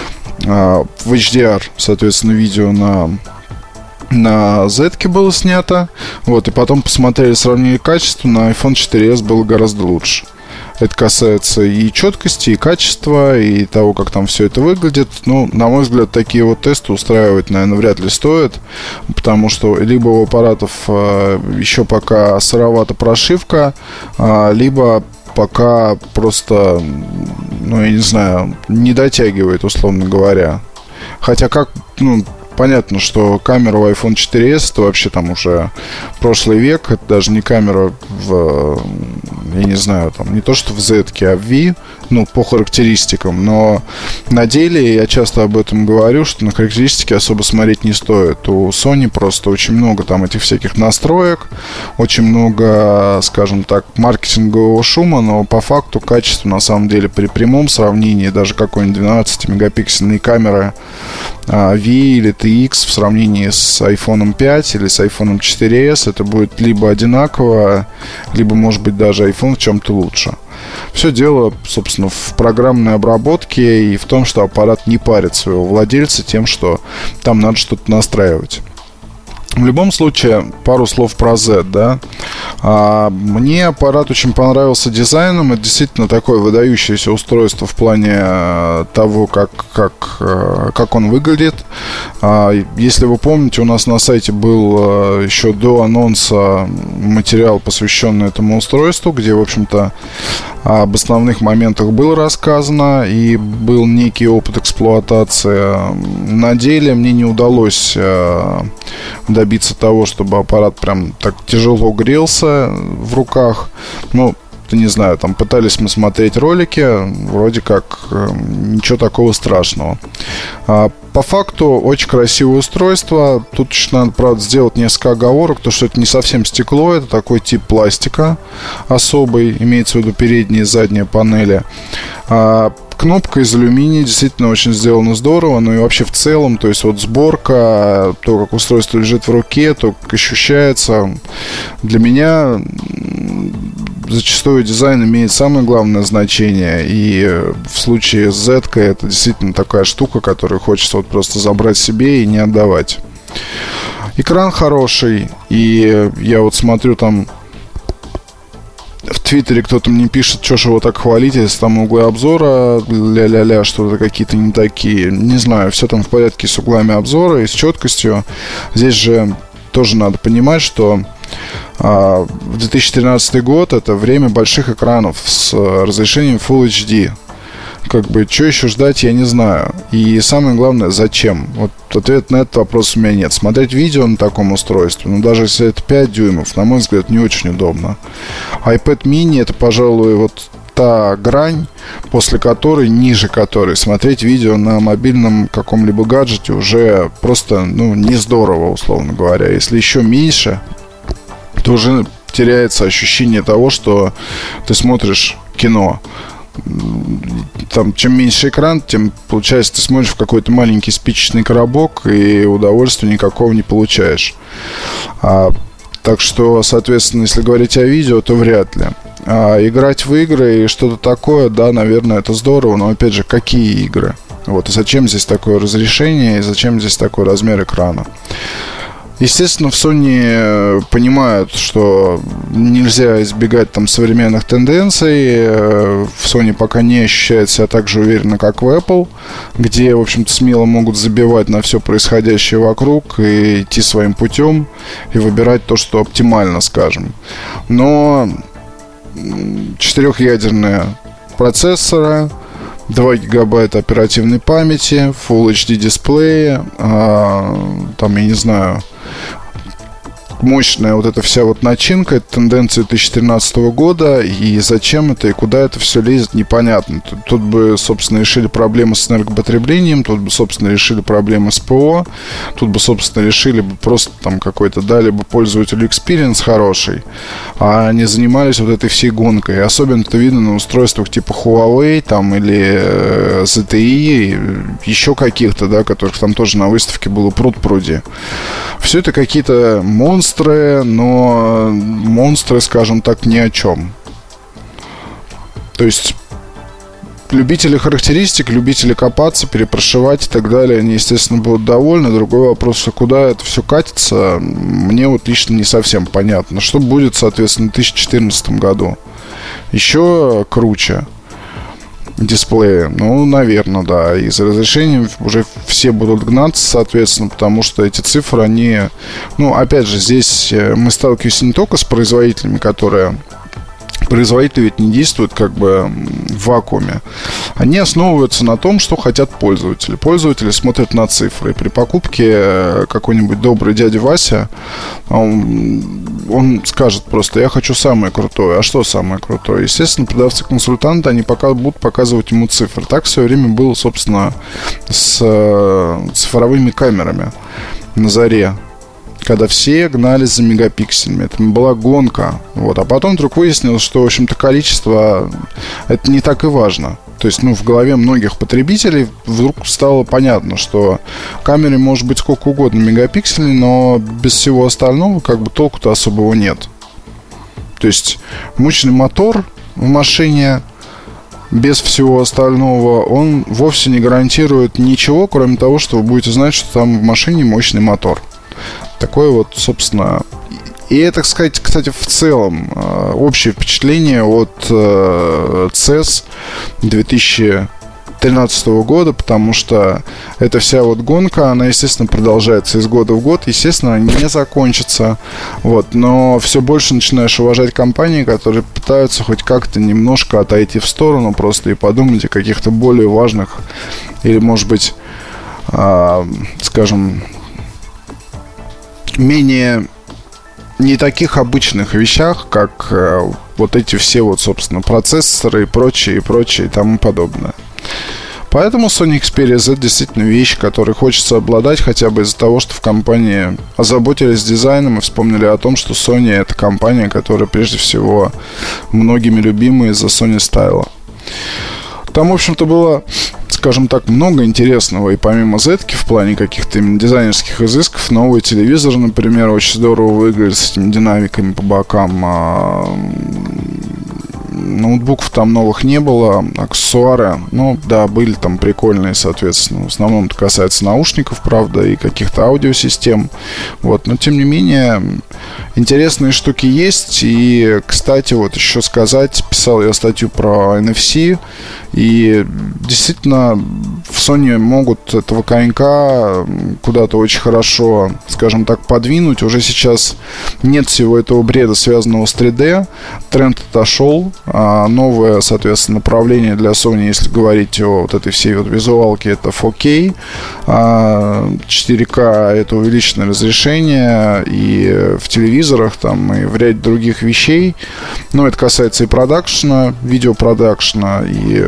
В эйч ди ар, соответственно, видео на, на Z-ке было снято. Вот, и потом посмотрели сравнение качества. На айфон четыре эс было гораздо лучше. Это касается и четкости, и качества, и того, как там все это выглядит. Ну, на мой взгляд, такие вот тесты устраивать, наверное, вряд ли стоит, потому что либо у аппаратов э, еще пока сыровата прошивка, э, либо пока просто, ну, я не знаю, не дотягивает, условно говоря. Хотя как, ну, понятно, что камера у айфон четыре эс это вообще там уже прошлый век. Это даже не камера в, я не знаю, там не то что в Z-ке, а в V, ну, по характеристикам. Но на деле я часто об этом говорю, что на характеристики особо смотреть не стоит. У Sony просто очень много там этих всяких настроек, очень много, скажем так, маркетингового шума, но по факту качество на самом деле при прямом сравнении даже какой-нибудь двенадцатимегапиксельной камеры V или ти икс в сравнении с айфон пять или с айфон четыре эс это будет либо одинаково, либо, может быть, даже iPhone в чем-то лучше. Все дело, собственно, в программной обработке и в том, что аппарат не парит своего владельца тем, что там надо что-то настраивать. В любом случае, пару слов про Z, да. А, мне аппарат очень понравился дизайном. Это действительно такое выдающееся устройство в плане того, как, как, как он выглядит. А, если вы помните, у нас на сайте был еще до анонса материал, посвященный этому устройству, где, в общем-то, об основных моментах было рассказано и был некий опыт эксплуатации. На деле мне не удалось добиться того, чтобы аппарат прям так тяжело грелся в руках. Ну, не знаю, там пытались мы смотреть ролики, вроде как э, ничего такого страшного. А, по факту очень красивое устройство. Тут еще надо, правда, сделать несколько оговорок, то что это не совсем стекло, это такой тип пластика особый, имеется в виду передние и задние панели. А, кнопка из алюминия, действительно очень сделана здорово, ну и вообще в целом, то есть вот сборка, то, как устройство лежит в руке, то, как ощущается, для меня зачастую дизайн имеет самое главное значение, и в случае с Z-кой это действительно такая штука, которую хочется вот просто забрать себе и не отдавать. Экран хороший, и я вот смотрю там в Твиттере кто-то мне пишет, что ж его так хвалить, если там углы обзора ля-ля-ля, что-то какие-то не такие. Не знаю, все там в порядке с углами обзора и с четкостью. Здесь же тоже надо понимать, что а, две тысячи тринадцатый год — это время больших экранов с разрешением Full эйч ди. как бы, что еще ждать, я не знаю. И самое главное, зачем? Вот ответ на этот вопрос у меня нет. Смотреть видео на таком устройстве, ну, даже если это пять дюймов, на мой взгляд, не очень удобно. iPad mini — это, пожалуй, вот та грань, после которой, ниже которой смотреть видео на мобильном каком-либо гаджете уже просто, ну, не здорово, условно говоря. Если еще меньше, то уже теряется ощущение того, что ты смотришь кино. Там, чем меньше экран, тем, получается, ты смотришь в какой-то маленький спичечный коробок и удовольствия никакого не получаешь. а, Так что, соответственно, если говорить о видео, то вряд ли. А играть в игры и что-то такое, да, наверное, это здорово. Но, опять же, какие игры? Вот, и зачем здесь такое разрешение, и зачем здесь такой размер экрана? Естественно, в Sony понимают, что нельзя избегать там современных тенденций. В Sony пока не ощущает себя так же уверенно, как в Apple, где, в общем-то, смело могут забивать на все происходящее вокруг и идти своим путем и выбирать то, что оптимально, скажем. Но четырехъядерные процессоры, два гигабайта оперативной памяти, Full эйч ди дисплеи, а, там, я не знаю, мощная вот эта вся вот начинка, это тенденция две тысячи тринадцатого года, и зачем это и куда это все лезет, непонятно. Тут, тут бы, собственно, решили проблемы с энергопотреблением, тут бы, собственно, решили проблемы с ПО, тут бы, собственно, решили бы просто там какой-то, дали бы пользователю experience хороший, а не занимались вот этой всей гонкой. И особенно это видно на устройствах типа Huawei там, или э, зет те и, еще каких-то, да, которых там тоже на выставке было пруд-пруди. Все это какие-то монстры, но монстры, скажем так, ни о чем. То есть любители характеристик, любители копаться, перепрошивать и так далее, они, естественно, будут довольны. Другой вопрос, куда это все катится, мне вот лично не совсем понятно. Что будет, соответственно, в две тысячи четырнадцатом году? Еще круче дисплеи, ну, наверное, да. И за разрешением уже все будут гнаться, соответственно, потому что эти цифры, они... Ну, опять же, здесь мы сталкиваемся не только с производителями, которые... Производители ведь не действуют как бы в вакууме. Они основываются на том, что хотят пользователи. Пользователи смотрят на цифры. И при покупке какой-нибудь добрый дядя Вася, он, он скажет просто: я хочу самое крутое. А что самое крутое? Естественно, продавцы-консультанты, они пока будут показывать ему цифры. Так все время было, собственно, с цифровыми камерами на заре, когда все гнались за мегапикселями. Это была гонка. Вот. А потом вдруг выяснилось, что, в общем-то, количество это не так и важно. То есть, ну, в голове многих потребителей вдруг стало понятно, что камере может быть сколько угодно мегапикселей, но без всего остального как бы толку-то особого нет. То есть мощный мотор в машине без всего остального, он вовсе не гарантирует ничего, кроме того, что вы будете знать, что там в машине мощный мотор. Такое вот, собственно. И это, сказать, кстати, в целом общее впечатление от си и эс две тысячи тринадцатого года, потому что эта вся вот гонка, она, естественно, продолжается из года в год, естественно, она не закончится. Вот. Но все больше начинаешь уважать компании, которые пытаются хоть как-то немножко отойти в сторону просто и подумать о каких-то более важных или, может быть, скажем, менее не таких обычных вещах, как э, вот эти все вот, собственно, процессоры и прочее, и прочее, и тому подобное. Поэтому Sony Xperia Z действительно вещь, которой хочется обладать, хотя бы из-за того, что в компании озаботились дизайном и вспомнили о том, что Sony — это компания, которая прежде всего многими любима из-за Sony Style. Там, в общем-то, было, скажем так, много интересного. И помимо Z-ки, в плане каких-то именно дизайнерских изысков, новый телевизор, например, очень здорово выглядит с этими динамиками по бокам. А ноутбуков там новых не было. Аксессуары, ну, да, были там прикольные, соответственно. В основном это касается наушников, правда, и каких-то аудиосистем. Вот. Но, тем не менее, интересные штуки есть. И, кстати, вот еще сказать, писал я статью про эн эф си. И действительно, в Sony могут этого конька куда-то очень хорошо, скажем так, подвинуть. Уже сейчас нет всего этого бреда, связанного с три дэ. Тренд отошел. Новое, соответственно, направление для Sony, если говорить о вот этой всей вот визуалке, это фор кей. четыре ка — это увеличенное разрешение и в телевизорах, там, и в ряде других вещей. Но это касается и продакшена, видеопродакшена, и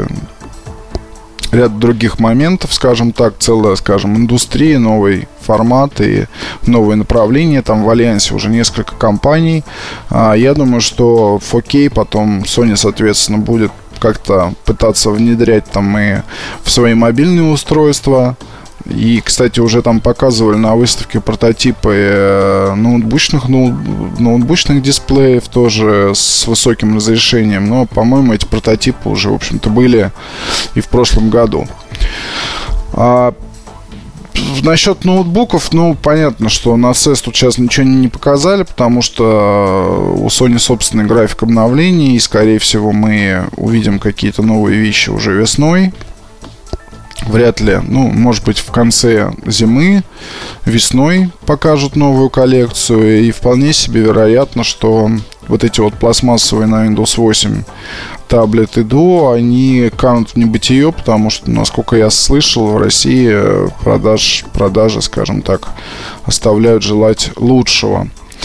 ряд других моментов, скажем так, целая, скажем, индустрия, новый формат и новые направления. Там в альянсе уже несколько компаний. Я думаю, что фор кей потом Sony, соответственно, будет как-то пытаться внедрять там и в свои мобильные устройства. И, кстати, уже там показывали на выставке прототипы ноутбучных, ноутбучных дисплеев тоже с высоким разрешением. Но, по-моему, эти прототипы уже, в общем-то, были и в прошлом году. А насчет ноутбуков, ну, понятно, что на сес тут сейчас ничего не показали, потому что у Sony собственный график обновлений, и, скорее всего, мы увидим какие-то новые вещи уже весной. Вряд ли, ну, может быть, в конце зимы, весной покажут новую коллекцию. И вполне себе вероятно, что вот эти вот пластмассовые на Windows восемь таблеты Duo, они канут в небытие, потому что, насколько я слышал, в России продаж, продажи, скажем так, оставляют желать лучшего.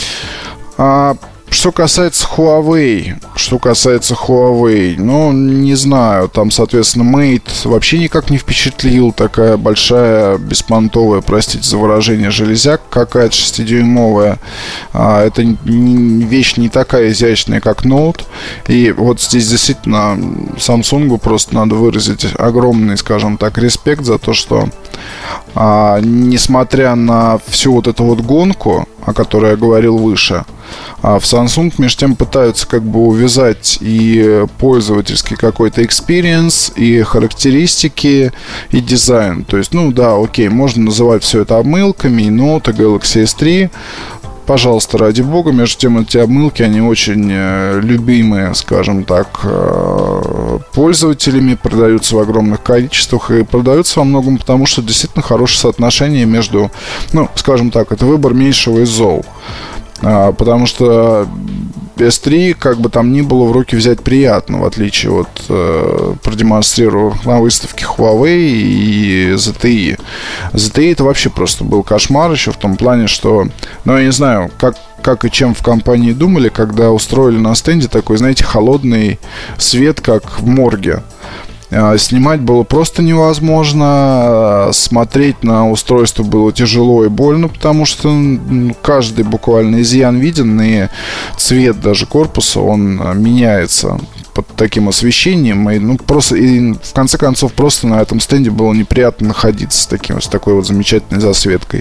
А что касается Huawei, что касается Huawei, ну, не знаю, там, соответственно, Mate вообще никак не впечатлил. Такая большая, беспонтовая, простите за выражение, железяка какая-то шестидюймовая. а, Это не, вещь не такая изящная, как Note. И вот здесь действительно Samsung просто надо выразить огромный, скажем так, респект за то, что а, несмотря на всю вот эту вот гонку, о которой я говорил выше, а в Samsung между тем пытаются как бы увязать и пользовательский какой-то experience, и характеристики, и дизайн. То есть, ну да, окей, можно называть все это обмылками, и Note, и Galaxy эс три. Пожалуйста, ради бога. Между тем, эти обмылки, они очень э, любимые, скажем так, э, пользователями, продаются в огромных количествах и продаются во многом потому, что действительно хорошее соотношение между, ну, скажем так, это выбор меньшего из зол. А, потому что эс три, как бы там ни было, в руки взять приятно, в отличие от э, продемонстрированных на выставке Huawei и зет и и. зет и и это вообще просто был кошмар еще в том плане, что, ну, я не знаю, как, как и чем в компании думали, когда устроили на стенде такой, знаете, холодный свет, как в морге. Снимать было просто невозможно. Смотреть на устройство было тяжело и больно, потому что каждый буквально изъян виден, и цвет даже корпуса, он меняется под таким освещением. И, ну, просто, и в конце концов, просто на этом стенде было неприятно находиться с, таким, с такой вот замечательной засветкой.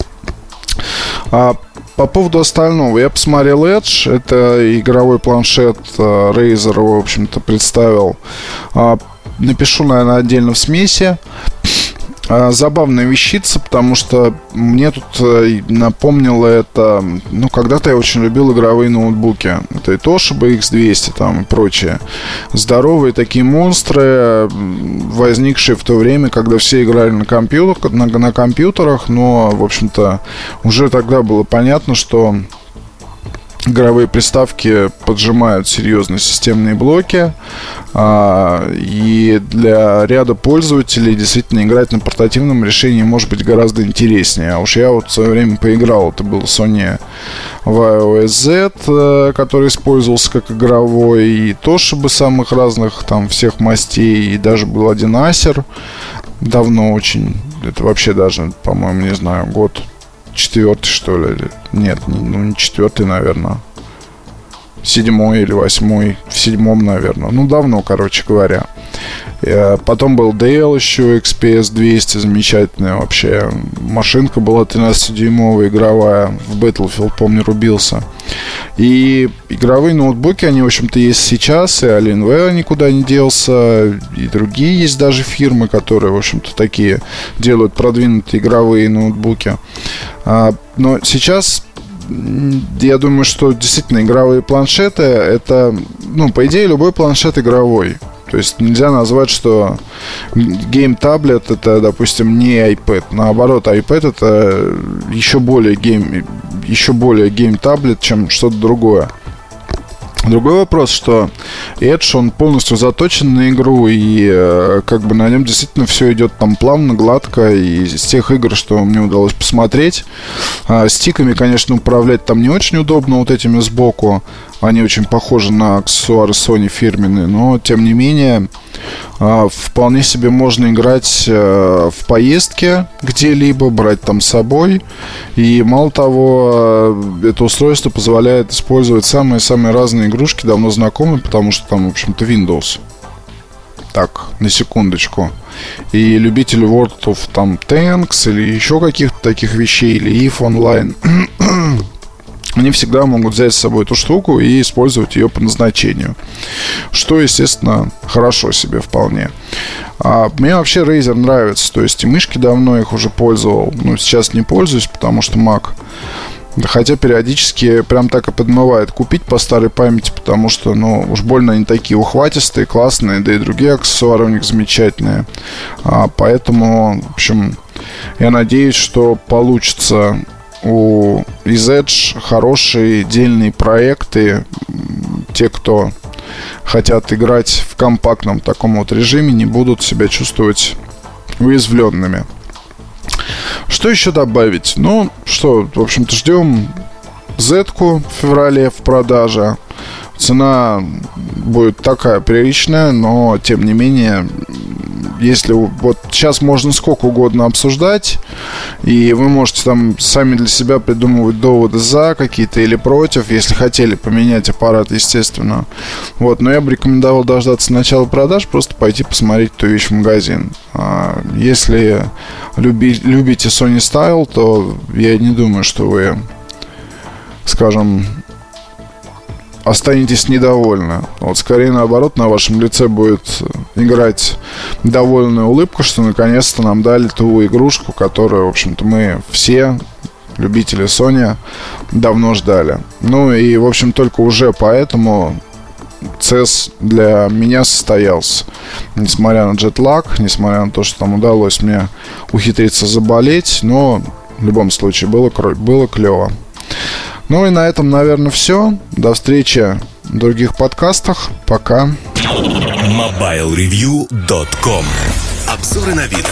А по поводу остального, я посмотрел Edge. Это игровой планшет Razer, в общем-то, представил. Напишу, наверное, отдельно в смеси. Забавная вещица, потому что мне тут напомнило это... Ну, когда-то я очень любил игровые ноутбуки. Это и Toshiba икс двести там и прочее. Здоровые такие монстры, возникшие в то время, когда все играли на компьютерах, на, на компьютерах. Но, в общем-то, уже тогда было понятно, что игровые приставки поджимают серьезно системные блоки, а, и для ряда пользователей действительно играть на портативном решении может быть гораздо интереснее. А уж я вот в свое время поиграл. Это был Sony ви о эс зет, который использовался как игровой, и Toshiba самых разных, там, всех мастей, и даже был один Acer давно очень. Это вообще даже, по-моему, не знаю, год четвертый, что ли. Нет, ну не четвертый, наверное. Седьмой или восьмой. В седьмом, наверное. Ну, давно, короче говоря. Потом был Dell еще, икс пи эс двести. Замечательная вообще машинка была, тринадцатидюймовая, игровая. В Battlefield, помню, рубился. И игровые ноутбуки, они, в общем-то, есть сейчас. И Alienware никуда не делся. И другие есть даже фирмы, которые, в общем-то, такие делают продвинутые игровые ноутбуки. Но сейчас... Я думаю, что действительно игровые планшеты — это, ну, по идее, любой планшет игровой. То есть нельзя назвать, что гейм-таблет — это, допустим, не iPad. Наоборот, iPad — это еще более гейм, еще более гейм-таблет, чем что-то другое. Другой вопрос, что Edge, он полностью заточен на игру, и э, как бы на нем действительно все идет там плавно, гладко. И из тех игр, что мне удалось посмотреть, э, стиками, конечно, управлять там не очень удобно, вот этими сбоку. Они очень похожи на аксессуары Sony фирменные, но тем не менее э, вполне себе можно играть э, в поездке где-либо, брать там с собой. И мало того, э, это устройство позволяет использовать самые-самые разные игрушки, давно знакомые, потому что там, в общем-то, Windows. Так, на секундочку. И любители World of там, Tanks или еще каких-то таких вещей, или ай эф Online, они всегда могут взять с собой эту штуку и использовать ее по назначению. Что, естественно, хорошо себе вполне. А мне вообще Razer нравится. То есть и мышки давно их уже пользовал. Но сейчас не пользуюсь, потому что Mac. Хотя периодически прям так и подмывает купить по старой памяти, потому что, ну, уж больно они такие ухватистые, классные, да и другие аксессуары у них замечательные. а, Поэтому, в общем, я надеюсь, что получится у из Edge хорошие дельные проекты. Те, кто хотят играть в компактном таком вот режиме, не будут себя чувствовать уязвленными. Что еще добавить? Ну, что, в общем-то, ждем Z-ку в феврале в продаже. Цена будет такая приличная, но, тем не менее, если вот сейчас можно сколько угодно обсуждать, и вы можете там сами для себя придумывать доводы за какие-то или против, если хотели поменять аппарат, естественно. Вот, но я бы рекомендовал дождаться начала продаж, просто пойти посмотреть эту вещь в магазин. Если люби, любите Sony Style, то я не думаю, что вы, скажем, останетесь недовольны. Вот скорее наоборот, на вашем лице будет играть довольная улыбка, что наконец-то нам дали ту игрушку, которую, в общем-то, мы все любители Sony давно ждали. Ну и, в общем, только уже поэтому цес для меня состоялся. Несмотря на джетлаг, несмотря на то, что там удалось мне ухитриться заболеть, но в любом случае было, было клево. Ну и на этом, наверное, все. До встречи в других подкастах. Пока. мобайл ревью точка ком. Обзоры новинок.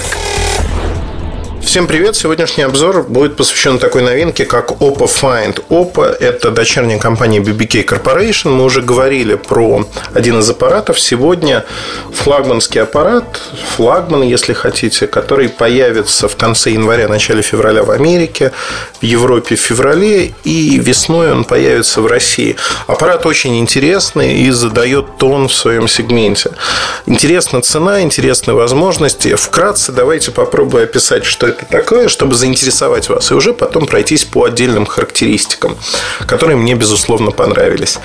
Всем привет! Сегодняшний обзор будет посвящен такой новинке, как Oppo Find. Oppo – это дочерняя компания би би кей Corporation. Мы уже говорили про один из аппаратов. Сегодня флагманский аппарат, флагман, если хотите, который появится в конце января, начале февраля в Америке, в Европе в феврале, и весной он появится в России. Аппарат очень интересный и задает тон в своем сегменте. Интересна цена, интересны возможности. Вкратце давайте попробую описать, что это такое, чтобы заинтересовать вас, и уже потом пройтись по отдельным характеристикам, которые мне, безусловно, понравились.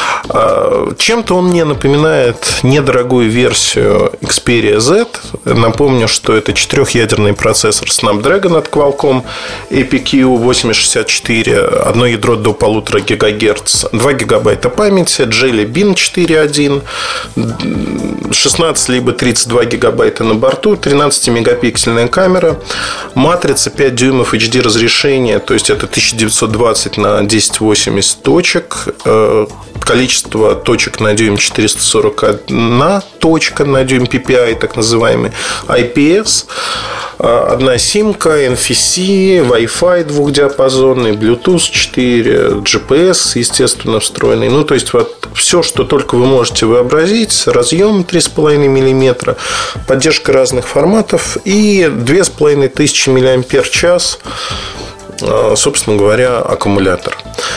Чем-то он мне напоминает недорогую версию Xperia Z. Напомню, что это четырехъядерный процессор Snapdragon от Qualcomm эй пи кью восемь шестьдесят четыре, одно ядро до полутора гигагерц, два гигабайта памяти, Jelly Bean четыре один, шестнадцать либо тридцать два гигабайта на борту, тринадцатимегапиксельная камера, матрица пять дюймов эйч ди разрешения, то есть это тысяча девятьсот двадцать на тысяча восемьдесят точек, количество точек на дюйм четыреста сорок одна точка на дюйм, пи пи ай так называемый, ай пи эс, одна симка, эн эф си, Wi-Fi двухдиапазонный, Bluetooth четыре, джи пи эс, естественно, встроенный. Ну, то есть вот все, что только вы можете вообразить. Разъем три с половиной миллиметра, поддержка разных форматов и две с половиной тысячи миллиампер-час, собственно говоря, аккумулятор.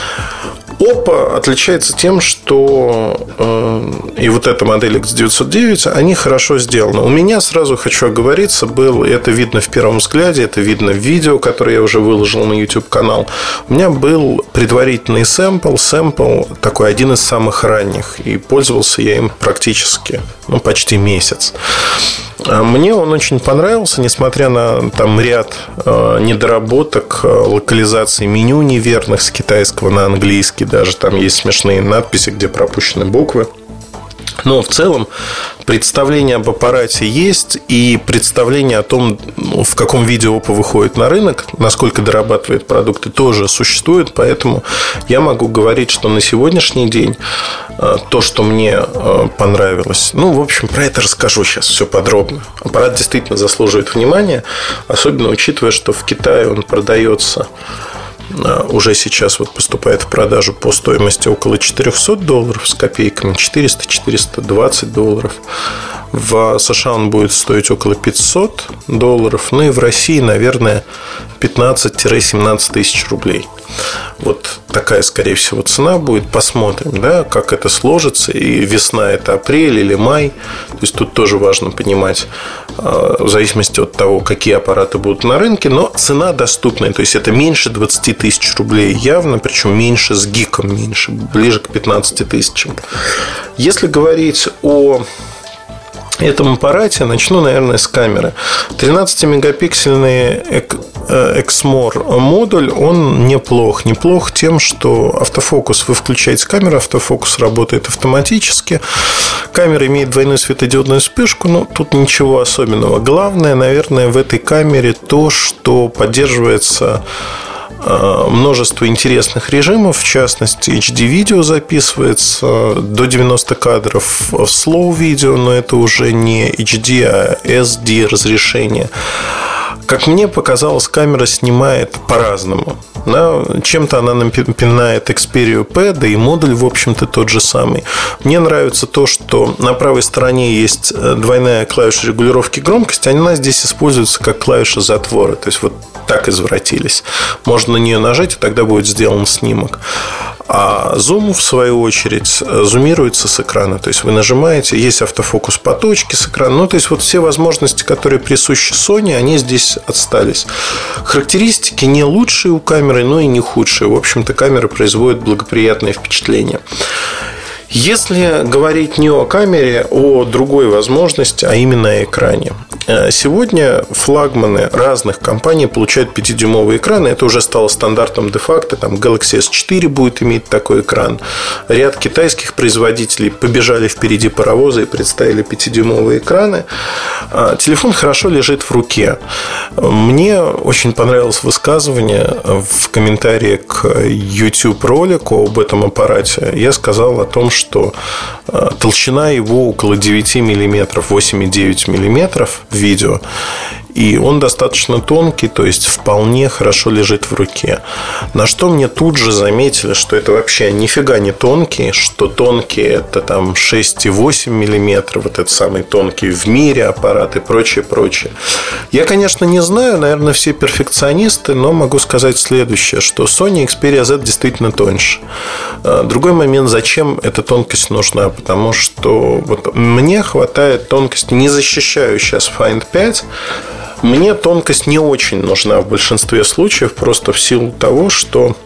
Oppo отличается тем, что э, и вот эта модель икс девятьсот девять, они хорошо сделаны. У меня, сразу хочу оговориться, был, это видно в первом взгляде, это видно в видео, которое я уже выложил на YouTube-канал. У меня был предварительный сэмпл, сэмпл такой один из самых ранних, и пользовался я им практически, ну, почти месяц. Мне он очень понравился, несмотря на там ряд э, недоработок, э, локализации меню неверных с китайского на английский. Даже там есть смешные надписи, где пропущены буквы. Но в целом представление об аппарате есть, и представление о том, в каком виде Oppo выходит на рынок, насколько дорабатывает продукты, тоже существует. Поэтому я могу говорить, что на сегодняшний день то, что мне понравилось, ну, в общем, про это расскажу сейчас все подробно. Аппарат действительно заслуживает внимания, особенно учитывая, что в Китае он продается, уже сейчас вот поступает в продажу по стоимости около четыреста долларов с копейками, четыреста - четыреста двадцать долларов. В США он будет стоить около пятьсот долларов. Ну и в России, наверное, пятнадцать - семнадцать тысяч рублей. Вот такая, скорее всего, цена будет. Посмотрим, да, как это сложится. И весна – это апрель или май. То есть тут тоже важно понимать, в зависимости от того, какие аппараты будут на рынке. Но цена доступная. То есть это меньше двадцати тысяч рублей явно. Причем меньше с гиком, меньше, ближе к пятнадцати тысячам. Если говорить о этом аппарате, начну, наверное, с камеры. тринадцатимегапиксельный Exmor модуль, он неплох. Неплох тем, что автофокус, вы включаете камеру, автофокус работает автоматически. Камера имеет двойную светодиодную вспышку, но тут ничего особенного. Главное, наверное, в этой камере то, что поддерживается множество интересных режимов, в частности, эйч ди-видео записывается до девяноста кадров в слоу-видео, но это уже не эйч ди, а эс ди разрешение. Как мне показалось, камера снимает по-разному. Да, чем-то она напоминает Xperia P, да и модуль, в общем-то, тот же самый. Мне нравится то, что на правой стороне есть двойная клавиша регулировки громкости. Она здесь используется как клавиша затвора. То есть вот так извратились. Можно на нее нажать, и тогда будет сделан снимок. А зум, в свою очередь, зумируется с экрана. То есть вы нажимаете, есть автофокус по точке с экрана. Ну, то есть вот все возможности, которые присущи Sony, они здесь отстались. Характеристики не лучшие у камеры, но и не худшие. В общем-то, камера производит благоприятное впечатление. Если говорить не о камере, о другой возможности, а именно о экране. Сегодня флагманы разных компаний получают пятидюймовые экраны. Это уже стало стандартом де-факто. Там Galaxy эс четыре будет иметь такой экран. Ряд китайских производителей побежали впереди паровоза и представили пятидюймовые экраны. Телефон хорошо лежит в руке. Мне очень понравилось высказывание в комментарии к YouTube-ролику об этом аппарате. Я сказал о том, что толщина его около девяти миллиметров, восемь и девять миллиметров в видео. И он достаточно тонкий, то есть вполне хорошо лежит в руке. На что мне тут же заметили, что это вообще нифига не тонкий, что тонкий это там шесть и восемь миллиметров, вот это самый тонкий в мире аппарат и прочее, прочее. Я, конечно, не знаю, наверное, все перфекционисты, но могу сказать следующее, что Sony Xperia Z действительно тоньше. Другой момент, зачем эта тонкость нужна, потому что вот мне хватает тонкости, не защищаю сейчас Find пять. Мне тонкость не очень нужна в большинстве случаев, просто в силу того, что...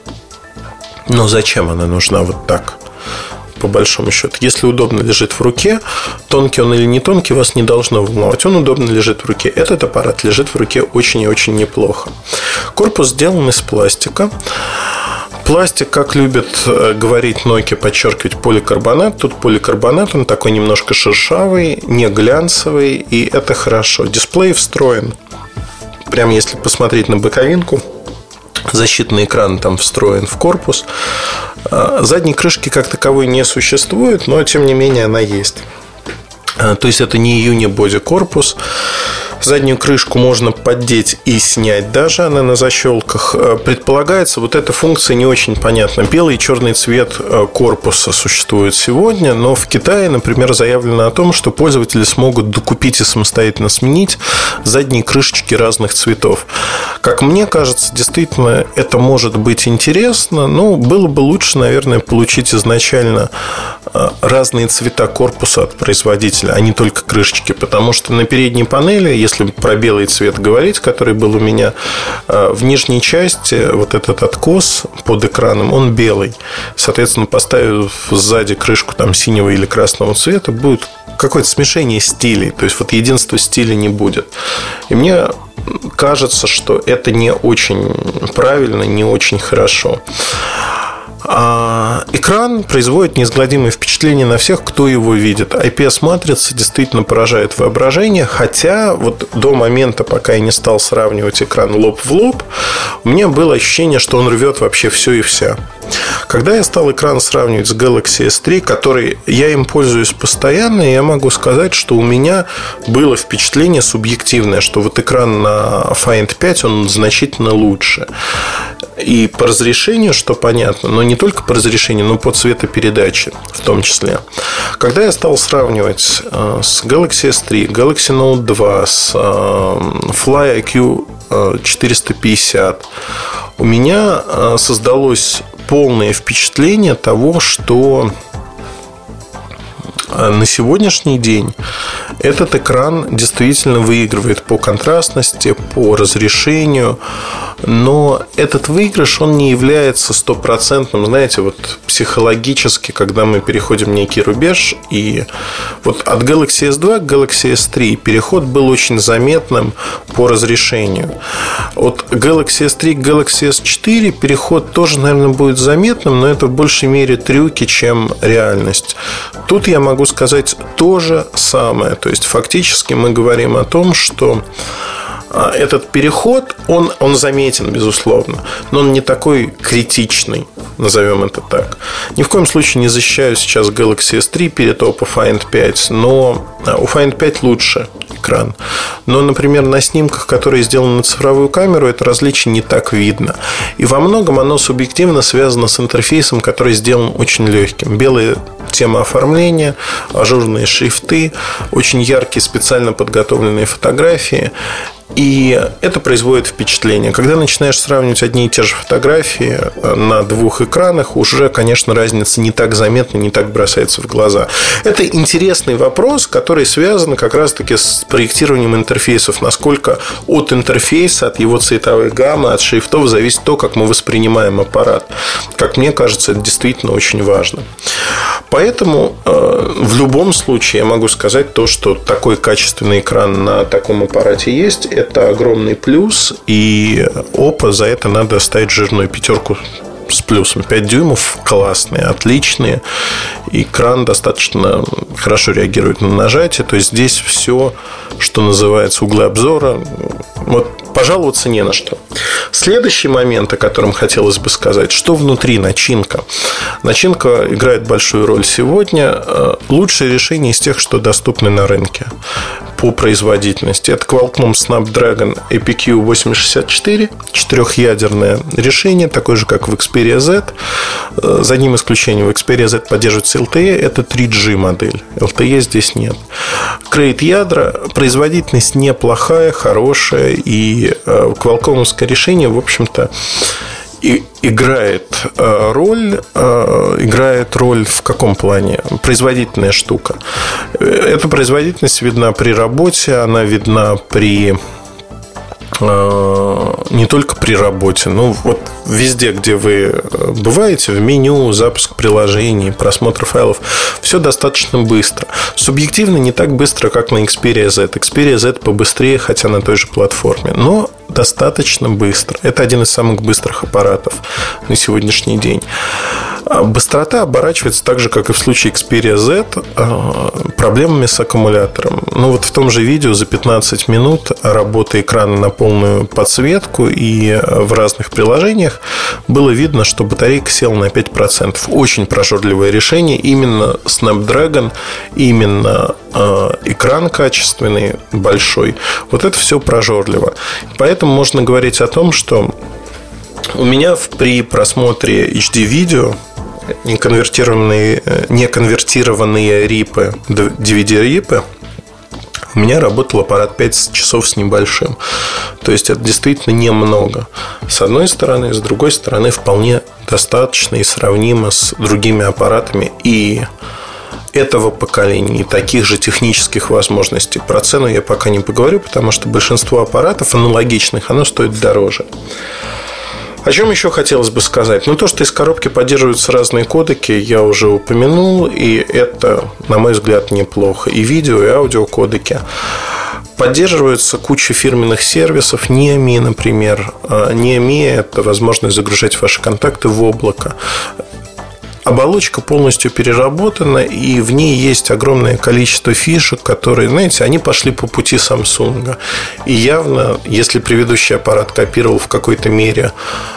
Ну, зачем она нужна вот так, по большому счету? Если удобно лежит в руке, тонкий он или не тонкий, вас не должно волновать. Он удобно лежит в руке. Этот аппарат лежит в руке очень и очень неплохо. Корпус сделан из пластика. Пластик, как любят говорить Nokia, подчеркивать, поликарбонат. Тут поликарбонат, он такой немножко шершавый, не глянцевый, и это хорошо. Дисплей встроен. Прям если посмотреть на боковинку, защитный экран там встроен в корпус. Задней крышки как таковой не существует, но тем не менее она есть. То есть это не юни-боди корпус. Заднюю крышку можно поддеть и снять даже, она на защелках. Предполагается, вот эта функция не очень понятна. Белый и черный цвет корпуса существует сегодня, но в Китае, например, заявлено о том, что пользователи смогут докупить и самостоятельно сменить задние крышечки разных цветов. Как мне кажется, действительно, это может быть интересно, но было бы лучше, наверное, получить изначально разные цвета корпуса от производителя, а не только крышечки, потому что на передней панели, если про белый цвет говорить, который был у меня, в нижней части вот этот откос под экраном, он белый. Соответственно, поставив сзади крышку там синего или красного цвета, будет какое-то смешение стилей. То есть вот единства стиля не будет. И мне кажется, что это не очень правильно, не очень хорошо. А экран производит неизгладимое впечатление на всех, кто его видит. ай пи эс-матрица действительно поражает воображение. Хотя вот до момента, пока я не стал сравнивать экран лоб в лоб, у меня было ощущение, что он рвет вообще все и вся. Когда я стал экран сравнивать с Galaxy эс три, который я им пользуюсь постоянно, я могу сказать, что у меня было впечатление субъективное, что вот экран на Find пять, он значительно лучше. И по разрешению, что понятно, но не только по разрешению, но по цветопередаче в том числе. Когда я стал сравнивать с Galaxy эс три, Galaxy Note два, с Fly ай кью четыреста пятьдесят, у меня создалось полное впечатление того, что на сегодняшний день этот экран действительно выигрывает по контрастности, по разрешению. Но этот выигрыш, он не является стопроцентным, знаете, вот психологически, когда мы переходим некий рубеж. И вот от Galaxy эс два к Galaxy эс три переход был очень заметным по разрешению. От Galaxy эс три к Galaxy эс четыре переход тоже, наверное, будет заметным, но это в большей мере трюки, чем реальность. Тут я могу сказать то же самое. То есть фактически мы говорим о том, что этот переход, он, он заметен, безусловно, но он не такой критичный, назовем это так. Ни в коем случае не защищаю сейчас Galaxy эс три перед Oppo Find пять, но у Find пять лучше экран. Но, например, на снимках, которые сделаны на цифровую камеру, это различие не так видно. И во многом оно субъективно связано с интерфейсом, который сделан очень легким. Белая тема оформления, ажурные шрифты, очень яркие специально подготовленные фотографии. И это производит впечатление. Когда начинаешь сравнивать одни и те же фотографии на двух экранах, уже, конечно, разница не так заметна, не так бросается в глаза. Это интересный вопрос, который связан как раз-таки с проектированием интерфейсов. Насколько от интерфейса, от его цветовой гаммы, от шрифтов зависит то, как мы воспринимаем аппарат. Как мне кажется, это действительно очень важно. Поэтому э, в любом случае я могу сказать то, что такой качественный экран на таком аппарате есть. Это огромный плюс. И Oppo за это надо ставить жирную пятерку с плюсом. пять дюймов классные, отличные. Экран достаточно хорошо реагирует на нажатие. То есть здесь все, что называется, углы обзора, вот пожаловаться не на что. Следующий момент, о котором хотелось бы сказать, что внутри начинка. Начинка играет большую роль сегодня. Лучшее решение из тех, что доступны на рынке по производительности. Это Qualcomm Snapdragon эй пи кью восемьсот шестьдесят четыре, четырехъядерное решение, такое же, как в Xperia Z. За одним исключением, в Xperia Z поддерживается эл ти и, это три джи модель. эл ти и здесь нет. Крейт ядра, производительность неплохая, хорошая. И квалкомовское решение, в общем-то, и играет роль, играет роль в каком плане? Производительная штука. Эта производительность видна при работе, она видна при... не только при работе, но вот везде, где вы бываете, в меню, запуск приложений, просмотр файлов, все достаточно быстро. Субъективно не так быстро, как на Xperia Z. Xperia Z побыстрее, хотя на той же платформе, но достаточно быстро. Это один из самых быстрых аппаратов на сегодняшний день. Быстрота оборачивается так же, как и в случае Xperia Z, проблемами с аккумулятором. Ну вот в том же видео за пятнадцать минут работы экрана на полную подсветку и в разных приложениях было видно, что батарейка села на пять процентов. Очень прожорливое решение. Именно Snapdragon, именно экран качественный, большой. Вот это все прожорливо. Поэтому можно говорить о том, что у меня при просмотре эйч ди-видео неконвертированные, неконвертированные рипы, ди ви ди-рипы, у меня работал аппарат пять часов с небольшим. То есть это действительно немного. С одной стороны, с другой стороны, вполне достаточно и сравнимо с другими аппаратами и этого поколения, и таких же технических возможностей. Про цену я пока не поговорю, потому что большинство аппаратов аналогичных, оно стоит дороже. О чем еще хотелось бы сказать? Ну, то, что из коробки поддерживаются разные кодеки, я уже упомянул, и это, на мой взгляд, неплохо. И видео, и аудио кодеки. Поддерживается куча фирменных сервисов, эн и эм и, например. эн и эм и – это возможность загружать ваши контакты в облако. Оболочка полностью переработана, и в ней есть огромное количество фишек, которые, знаете, они пошли по пути Samsung. И явно, если предыдущий аппарат копировал в какой-то мере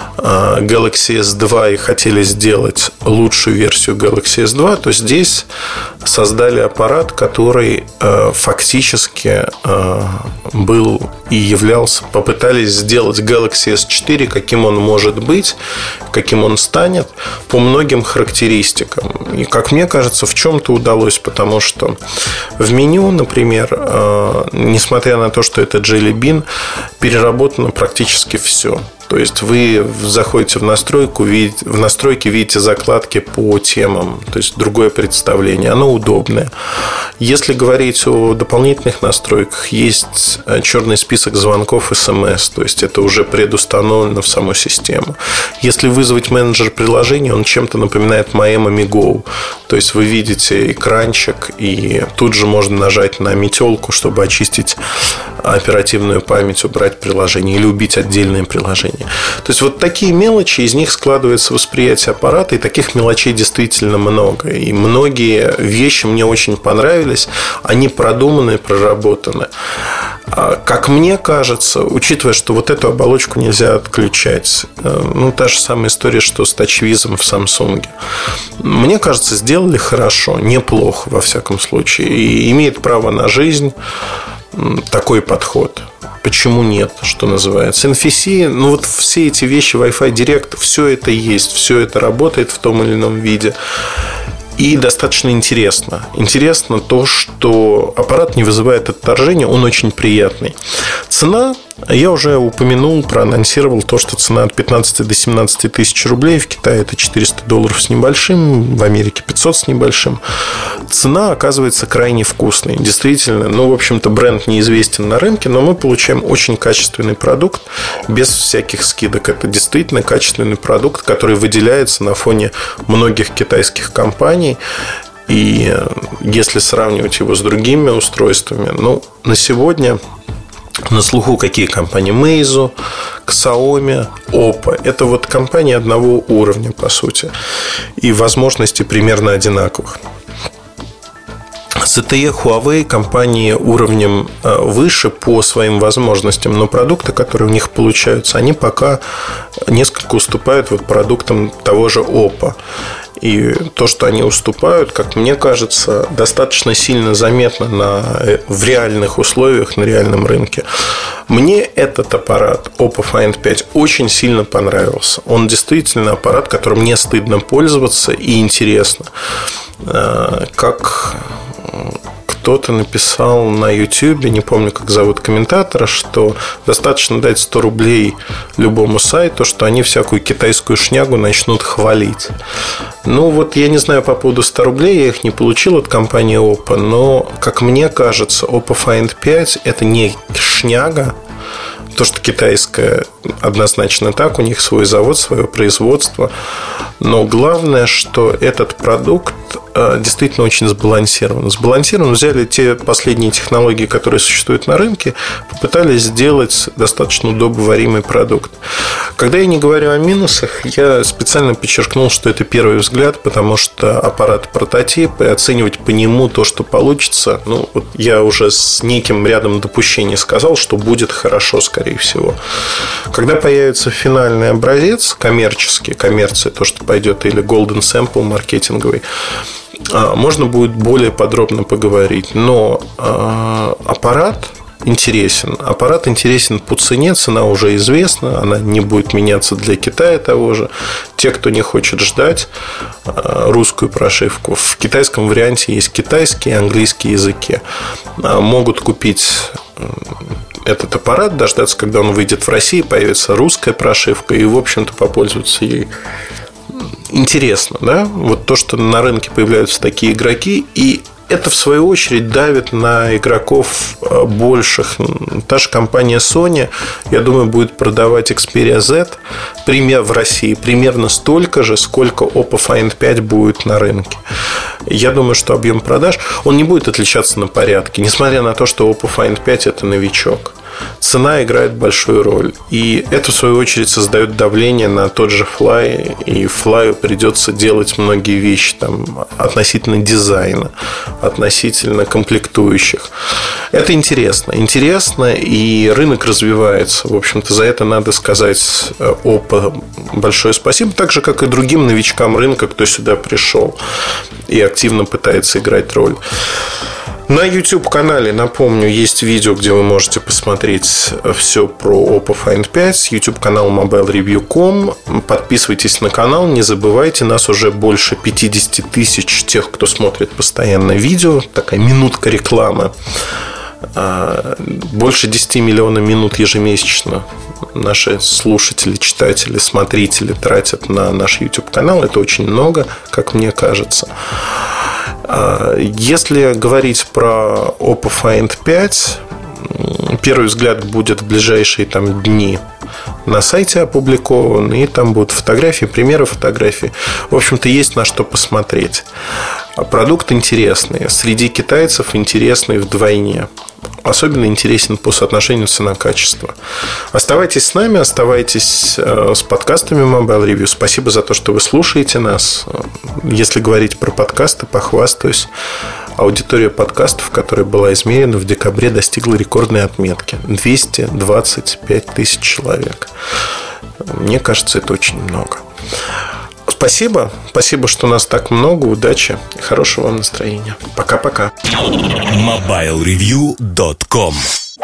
Galaxy эс два и хотели сделать лучшую версию Galaxy эс два, то здесь создали аппарат, который фактически был и являлся, попытались сделать Galaxy эс четыре, каким он может быть, каким он станет, по многим характеристикам. И, как мне кажется, в чем-то удалось, потому что в меню, например, несмотря на то, что это Jelly Bean, переработано практически все. То есть вы заходите в настройку, видите, в настройки видите закладки по темам, то есть другое представление, оно удобное. Если говорить о дополнительных настройках, есть черный список звонков, эс эм эс, то есть это уже предустановлено в саму систему. Если вызвать менеджер приложения, он чем-то напоминает Miami Go, то есть вы видите экранчик, и тут же можно нажать на метелку, чтобы очистить оперативную память, убрать приложение или убить отдельные приложения. То есть вот такие мелочи, из них складывается восприятие аппарата, и таких мелочей действительно много. И многие вещи мне очень понравились, они продуманы, проработаны. Как мне кажется, учитывая, что вот эту оболочку нельзя отключать, ну, та же самая история, что с TouchWiz в Samsung. Мне кажется, сделали хорошо, неплохо, во всяком случае, и имеет право на жизнь такой подход. Почему нет, что называется? эн эф си, ну вот все эти вещи, Wi-Fi Direct, все это есть, все это работает в том или ином виде. И достаточно интересно. Интересно то, что аппарат не вызывает отторжения, он очень приятный. Цена, я уже упомянул, проанонсировал то, что цена от пятнадцати до семнадцати тысяч рублей. В Китае это четыреста долларов с небольшим, в Америке пятьсот с небольшим. Цена оказывается крайне вкусной. Действительно, ну, в общем-то, бренд неизвестен на рынке, но мы получаем очень качественный продукт без всяких скидок. Это действительно качественный продукт, который выделяется на фоне многих китайских компаний. И если сравнивать его с другими устройствами, ну, на сегодня на слуху какие компании? Meizu, Xiaomi, Oppo. Это вот компании одного уровня, по сути. И возможности примерно одинаковых. зет те и, Huawei, компании уровнем выше по своим возможностям, но продукты, которые у них получаются, они пока несколько уступают вот продуктам того же Oppo. И то, что они уступают, как мне кажется, достаточно сильно заметно на, в реальных условиях, на реальном рынке. Мне этот аппарат Oppo Find пять очень сильно понравился. Он действительно аппарат, которым не стыдно пользоваться и интересно. Как кто-то написал на YouTube, не помню, как зовут комментатора, что достаточно дать сто рублей любому сайту, что они всякую китайскую шнягу начнут хвалить. Ну, вот я не знаю по поводу ста рублей, я их не получил от компании Oppo, но, как мне кажется, Oppo Find пять – это не шняга. То, что китайская, однозначно так, у них свой завод, свое производство. Но главное, что этот продукт действительно очень сбалансирован. Сбалансирован, взяли те последние технологии, которые существуют на рынке, попытались сделать достаточно удобоваримый продукт. Когда я не говорю о минусах, я специально подчеркнул, что это первый взгляд, потому что аппарат прототип, и оценивать по нему то, что получится, ну, вот я уже с неким рядом допущений сказал, что будет хорошо, скорее всего. Когда появится финальный образец, коммерческий, коммерция, то, что пойдет, или golden sample маркетинговый, можно будет более подробно поговорить. Но э, аппарат интересен. Аппарат интересен по цене. Цена уже известна. Она не будет меняться для Китая того же. Те, кто не хочет ждать э, русскую прошивку, в китайском варианте есть китайский и английский языки. Э, могут купить этот аппарат, дождаться, когда он выйдет в России, появится русская прошивка, и, в общем-то, попользоваться ей. Интересно, да? Вот то, что на рынке появляются такие игроки, и это, в свою очередь, давит на игроков больших. Та же компания Sony, я думаю, будет продавать Xperia Z пример в России примерно столько же, сколько Oppo Find пять будет на рынке. Я думаю, что объем продаж, он не будет отличаться на порядке, несмотря на то, что Oppo Find пять – это новичок. Цена играет большую роль. И это, в свою очередь, создает давление на тот же Fly. И Fly придется делать многие вещи там, относительно дизайна, относительно комплектующих. Это интересно. Интересно, и рынок развивается. В общем-то, за это надо сказать Oppo большое спасибо. Так же, как и другим новичкам рынка, кто сюда пришел и активно пытается играть роль. На YouTube-канале, напомню, есть видео, где вы можете посмотреть все про Oppo Find пять. YouTube-канал мобайл ревью точка ком. Подписывайтесь на канал, не забывайте. Нас уже больше пятьдесят тысяч тех, кто смотрит постоянно видео. Такая минутка рекламы. Больше десять миллионов минут ежемесячно наши слушатели, читатели, смотрители тратят на наш YouTube-канал. Это очень много, как мне кажется. Если говорить про Oppo Find пять, первый взгляд будет в ближайшие там, дни на сайте опубликован, и там будут фотографии, примеры фотографий. В общем-то, есть на что посмотреть. Продукт интересный. Среди китайцев интересный вдвойне. Особенно интересен по соотношению цена-качество. Оставайтесь с нами, оставайтесь с подкастами Mobile Review. Спасибо за то, что вы слушаете нас. Если говорить про подкасты, похвастаюсь. Аудитория подкастов, которая была измерена в декабре, достигла рекордной отметки. двести двадцать пять тысяч человек. Мне кажется, это очень много. Спасибо. Спасибо, что нас так много. Удачи и хорошего вам настроения. Пока-пока. мобайл ревью точка ком.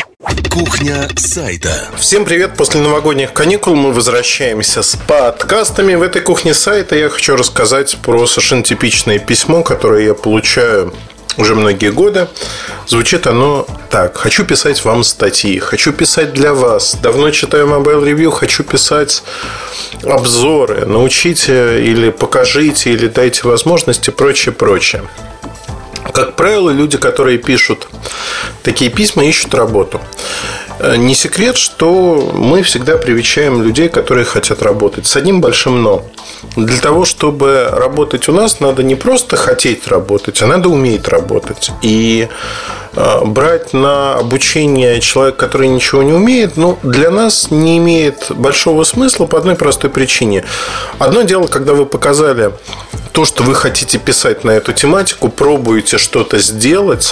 Кухня сайта. Всем привет. После новогодних каникул мы возвращаемся с подкастами. В этой кухне сайта я хочу рассказать про совершенно типичное письмо, которое я получаю уже многие годы. Звучит оно так: хочу писать вам статьи, хочу писать для вас, давно читаю Mobile Review, хочу писать обзоры, научите или покажите, или дайте возможности, прочее, прочее. Как правило, люди, которые пишут такие письма, ищут работу. Не секрет, что мы всегда привечаем людей, которые хотят работать, с одним большим «но». Для того, чтобы работать у нас, надо не просто хотеть работать, а надо уметь работать. И брать на обучение человека, который ничего не умеет, ну, для нас не имеет большого смысла по одной простой причине. Одно дело, когда вы показали то, что вы хотите писать на эту тематику, пробуете что-то сделать.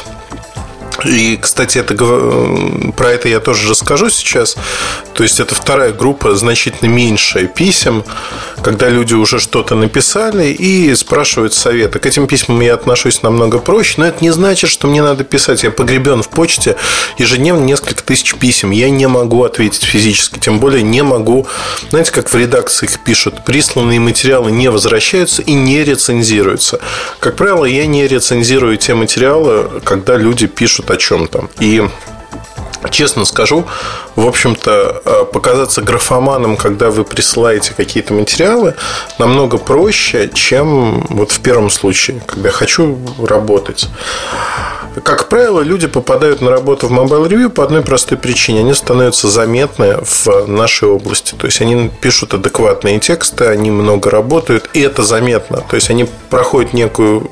И, кстати, это, про это я тоже расскажу сейчас. То есть, это вторая группа, значительно меньшая писем, когда люди уже что-то написали и спрашивают совета. К этим письмам я отношусь намного проще, но это не значит, что мне надо писать. Я погребен в почте ежедневно несколько тысяч писем. Я не могу ответить физически, тем более не могу. Знаете, как в редакциях пишут: присланные материалы не возвращаются и не рецензируются. Как правило, я не рецензирую те материалы, когда люди пишут о чем-то. И честно скажу, в общем-то, показаться графоманом, когда вы присылаете какие-то материалы, намного проще, чем вот в первом случае, когда хочу работать. Как правило, люди попадают на работу в Mobile Review по одной простой причине: они становятся заметны в нашей области. То есть, они пишут адекватные тексты, они много работают, и это заметно. То есть, они проходят некую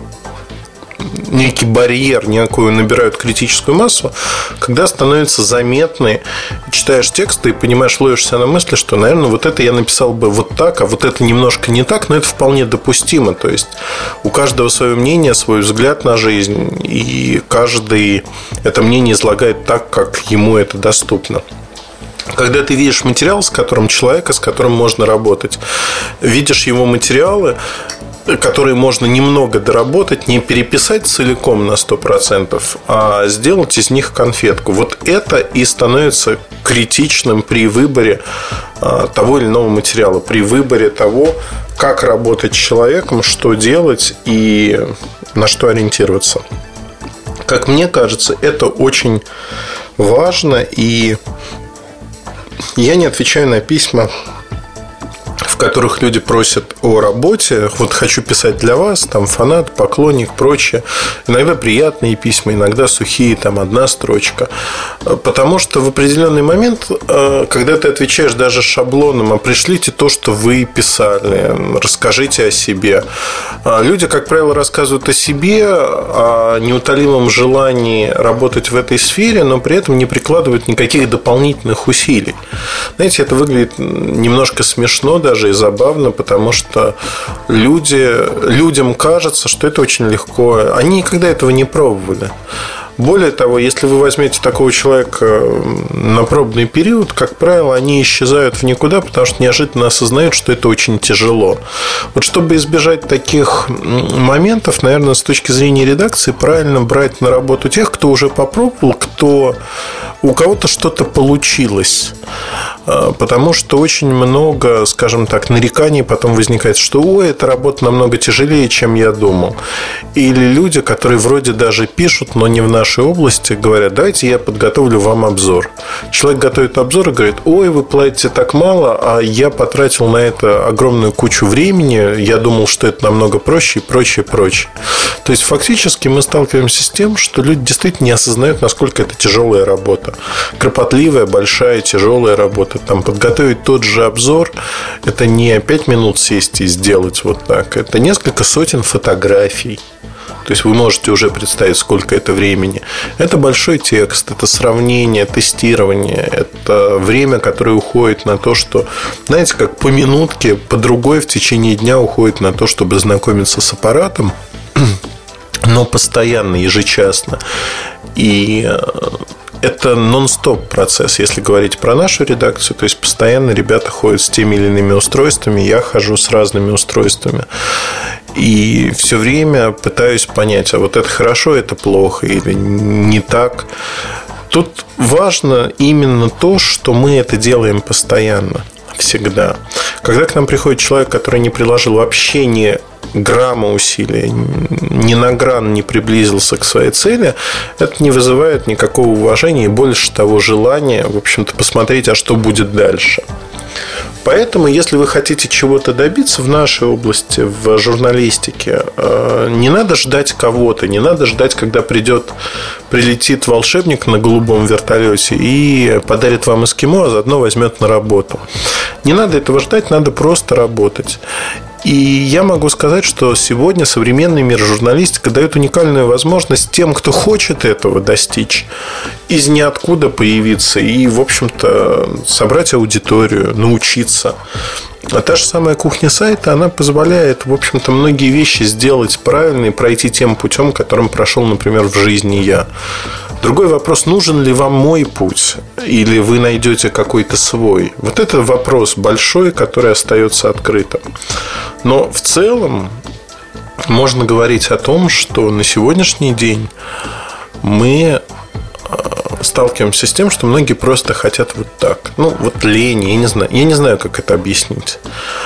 некий барьер, некую набирают критическую массу, когда становятся заметны, читаешь тексты и понимаешь, ловишься на мысли, что, наверное, вот это я написал бы вот так, а вот это немножко не так, но это вполне допустимо. То есть, у каждого свое мнение, свой взгляд на жизнь, и каждый это мнение излагает так, как ему это доступно. Когда ты видишь материал, с которым человека, с которым можно работать, видишь его материалы, которые можно немного доработать, не переписать целиком на сто процентов, а сделать из них конфетку. Вот это и становится критичным при выборе того или иного материала, при выборе того, как работать с человеком, что делать и на что ориентироваться. Как мне кажется, это очень важно. И я не отвечаю на письма, в которых люди просят о работе. Вот хочу писать для вас, там фанат, поклонник, прочее. Иногда приятные письма, иногда сухие, там одна строчка. Потому что в определенный момент, когда ты отвечаешь даже шаблоном, а пришлите то, что вы писали, расскажите о себе. Люди, как правило, рассказывают о себе, о неутолимом желании работать в этой сфере, но при этом не прикладывают никаких дополнительных усилий. Знаете, это выглядит немножко смешно даже и забавно, потому что люди, людям кажется, что это очень легко. Они никогда этого не пробовали. Более того, если вы возьмете такого человека на пробный период, как правило, они исчезают в никуда, потому что неожиданно осознают, что это очень тяжело. Вот чтобы избежать таких моментов, наверное, с точки зрения редакции, правильно брать на работу тех, кто уже попробовал, кто, у кого-то что-то получилось. Потому что очень много, скажем так, нареканий потом возникает, что ой, эта работа намного тяжелее, чем я думал. Или люди, которые вроде даже пишут, но не в нашей области, говорят, давайте я подготовлю вам обзор. Человек готовит обзор и говорит, ой, вы платите так мало, а я потратил на это огромную кучу времени, я думал, что это намного проще и прочее, прочее. То есть фактически мы сталкиваемся с тем, что люди действительно не осознают, насколько это тяжелая работа. Кропотливая, большая, тяжелая работа. Там подготовить тот же обзор, это не пять минут сесть и сделать вот так. Это несколько сотен фотографий. То есть вы можете уже представить, сколько это времени. Это большой текст, это сравнение, тестирование. Это время, которое уходит на то, что, знаете, как по минутке, по другой в течение дня уходит на то, чтобы знакомиться с аппаратом, но постоянно, ежечасно. И это нон-стоп процесс, если говорить про нашу редакцию. То есть постоянно ребята ходят с теми или иными устройствами, я хожу с разными устройствами. И все время пытаюсь понять, а вот это хорошо, это плохо или не так. Тут важно именно то, что мы это делаем постоянно, всегда. Когда к нам приходит человек, который не приложил вообще ни грамма усилия, ни на гран не приблизился к своей цели, это не вызывает никакого уважения и больше того желания, в общем-то, посмотреть, а что будет дальше. Поэтому, если вы хотите чего-то добиться в нашей области, в журналистике, не надо ждать кого-то, не надо ждать, когда придет, прилетит волшебник на голубом вертолете и подарит вам эскимо, а заодно возьмет на работу. Не надо этого ждать, надо просто работать. И я могу сказать, что сегодня современный мир журналистики дает уникальную возможность тем, кто хочет этого достичь, из ниоткуда появиться и, в общем-то, собрать аудиторию, научиться. А та же самая кухня сайта, она позволяет, в общем-то, многие вещи сделать правильно и пройти тем путем, которым прошел, например, в жизни я. Другой вопрос, нужен ли вам мой путь, или вы найдете какой-то свой. Вот это вопрос большой, который остается открытым. Но в целом можно говорить о том, что на сегодняшний день мы сталкиваемся с тем, что многие просто хотят вот так. Ну, вот лень, я не знаю, я не знаю, как это объяснить.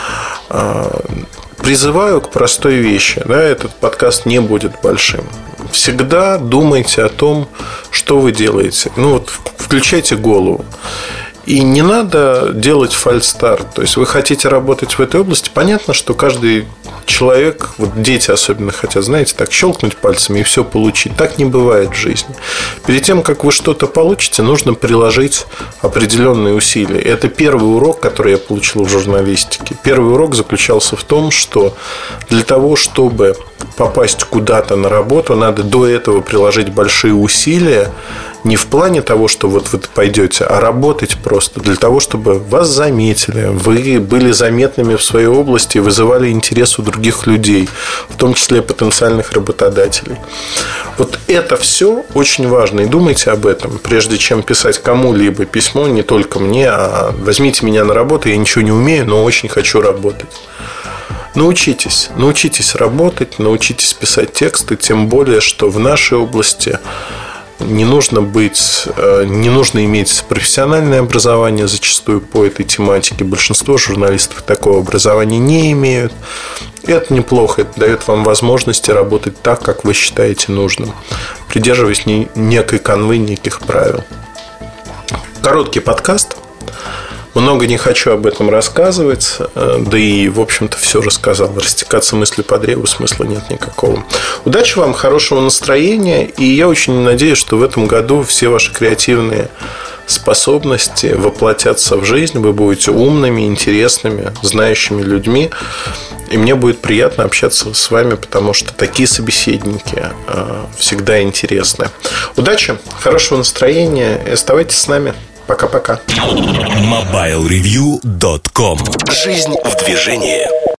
Призываю к простой вещи. Да, этот подкаст не будет большим. Всегда думайте о том, что вы делаете. Ну, вот включайте голову. И не надо делать фальстарт. То есть вы хотите работать в этой области. Понятно, что каждый человек, вот дети особенно хотят, знаете, так щелкнуть пальцами и все получить. Так не бывает в жизни. Перед тем, как вы что-то получите, нужно приложить определенные усилия. И это первый урок, который я получил в журналистике. Первый урок заключался в том, что для того, чтобы попасть куда-то на работу, надо до этого приложить большие усилия. Не в плане того, что вот вы пойдете, а работать просто для того, чтобы вас заметили, вы были заметными в своей области и вызывали интерес у других людей, в том числе потенциальных работодателей. Вот это все очень важно. И думайте об этом, прежде чем писать кому-либо письмо, не только мне, а возьмите меня на работу, я ничего не умею, но очень хочу работать. Научитесь, научитесь работать, научитесь писать тексты, тем более, что в нашей области не нужно быть, не нужно иметь профессиональное образование зачастую по этой тематике. Большинство журналистов такого образования не имеют. Это неплохо, это дает вам возможности работать так, как вы считаете нужным, придерживаясь некой канвы, неких правил. Короткий подкаст. Много не хочу об этом рассказывать. Да и, в общем-то, все рассказал. Растекаться мыслью по древу смысла нет никакого. Удачи вам, хорошего настроения. И я очень надеюсь, что в этом году все ваши креативные способности воплотятся в жизнь. Вы будете умными, интересными, знающими людьми. И мне будет приятно общаться с вами, потому что такие собеседники всегда интересны. Удачи, хорошего настроения и оставайтесь с нами. Пока-пока. мобайл ревью точка ком. Жизнь в движении.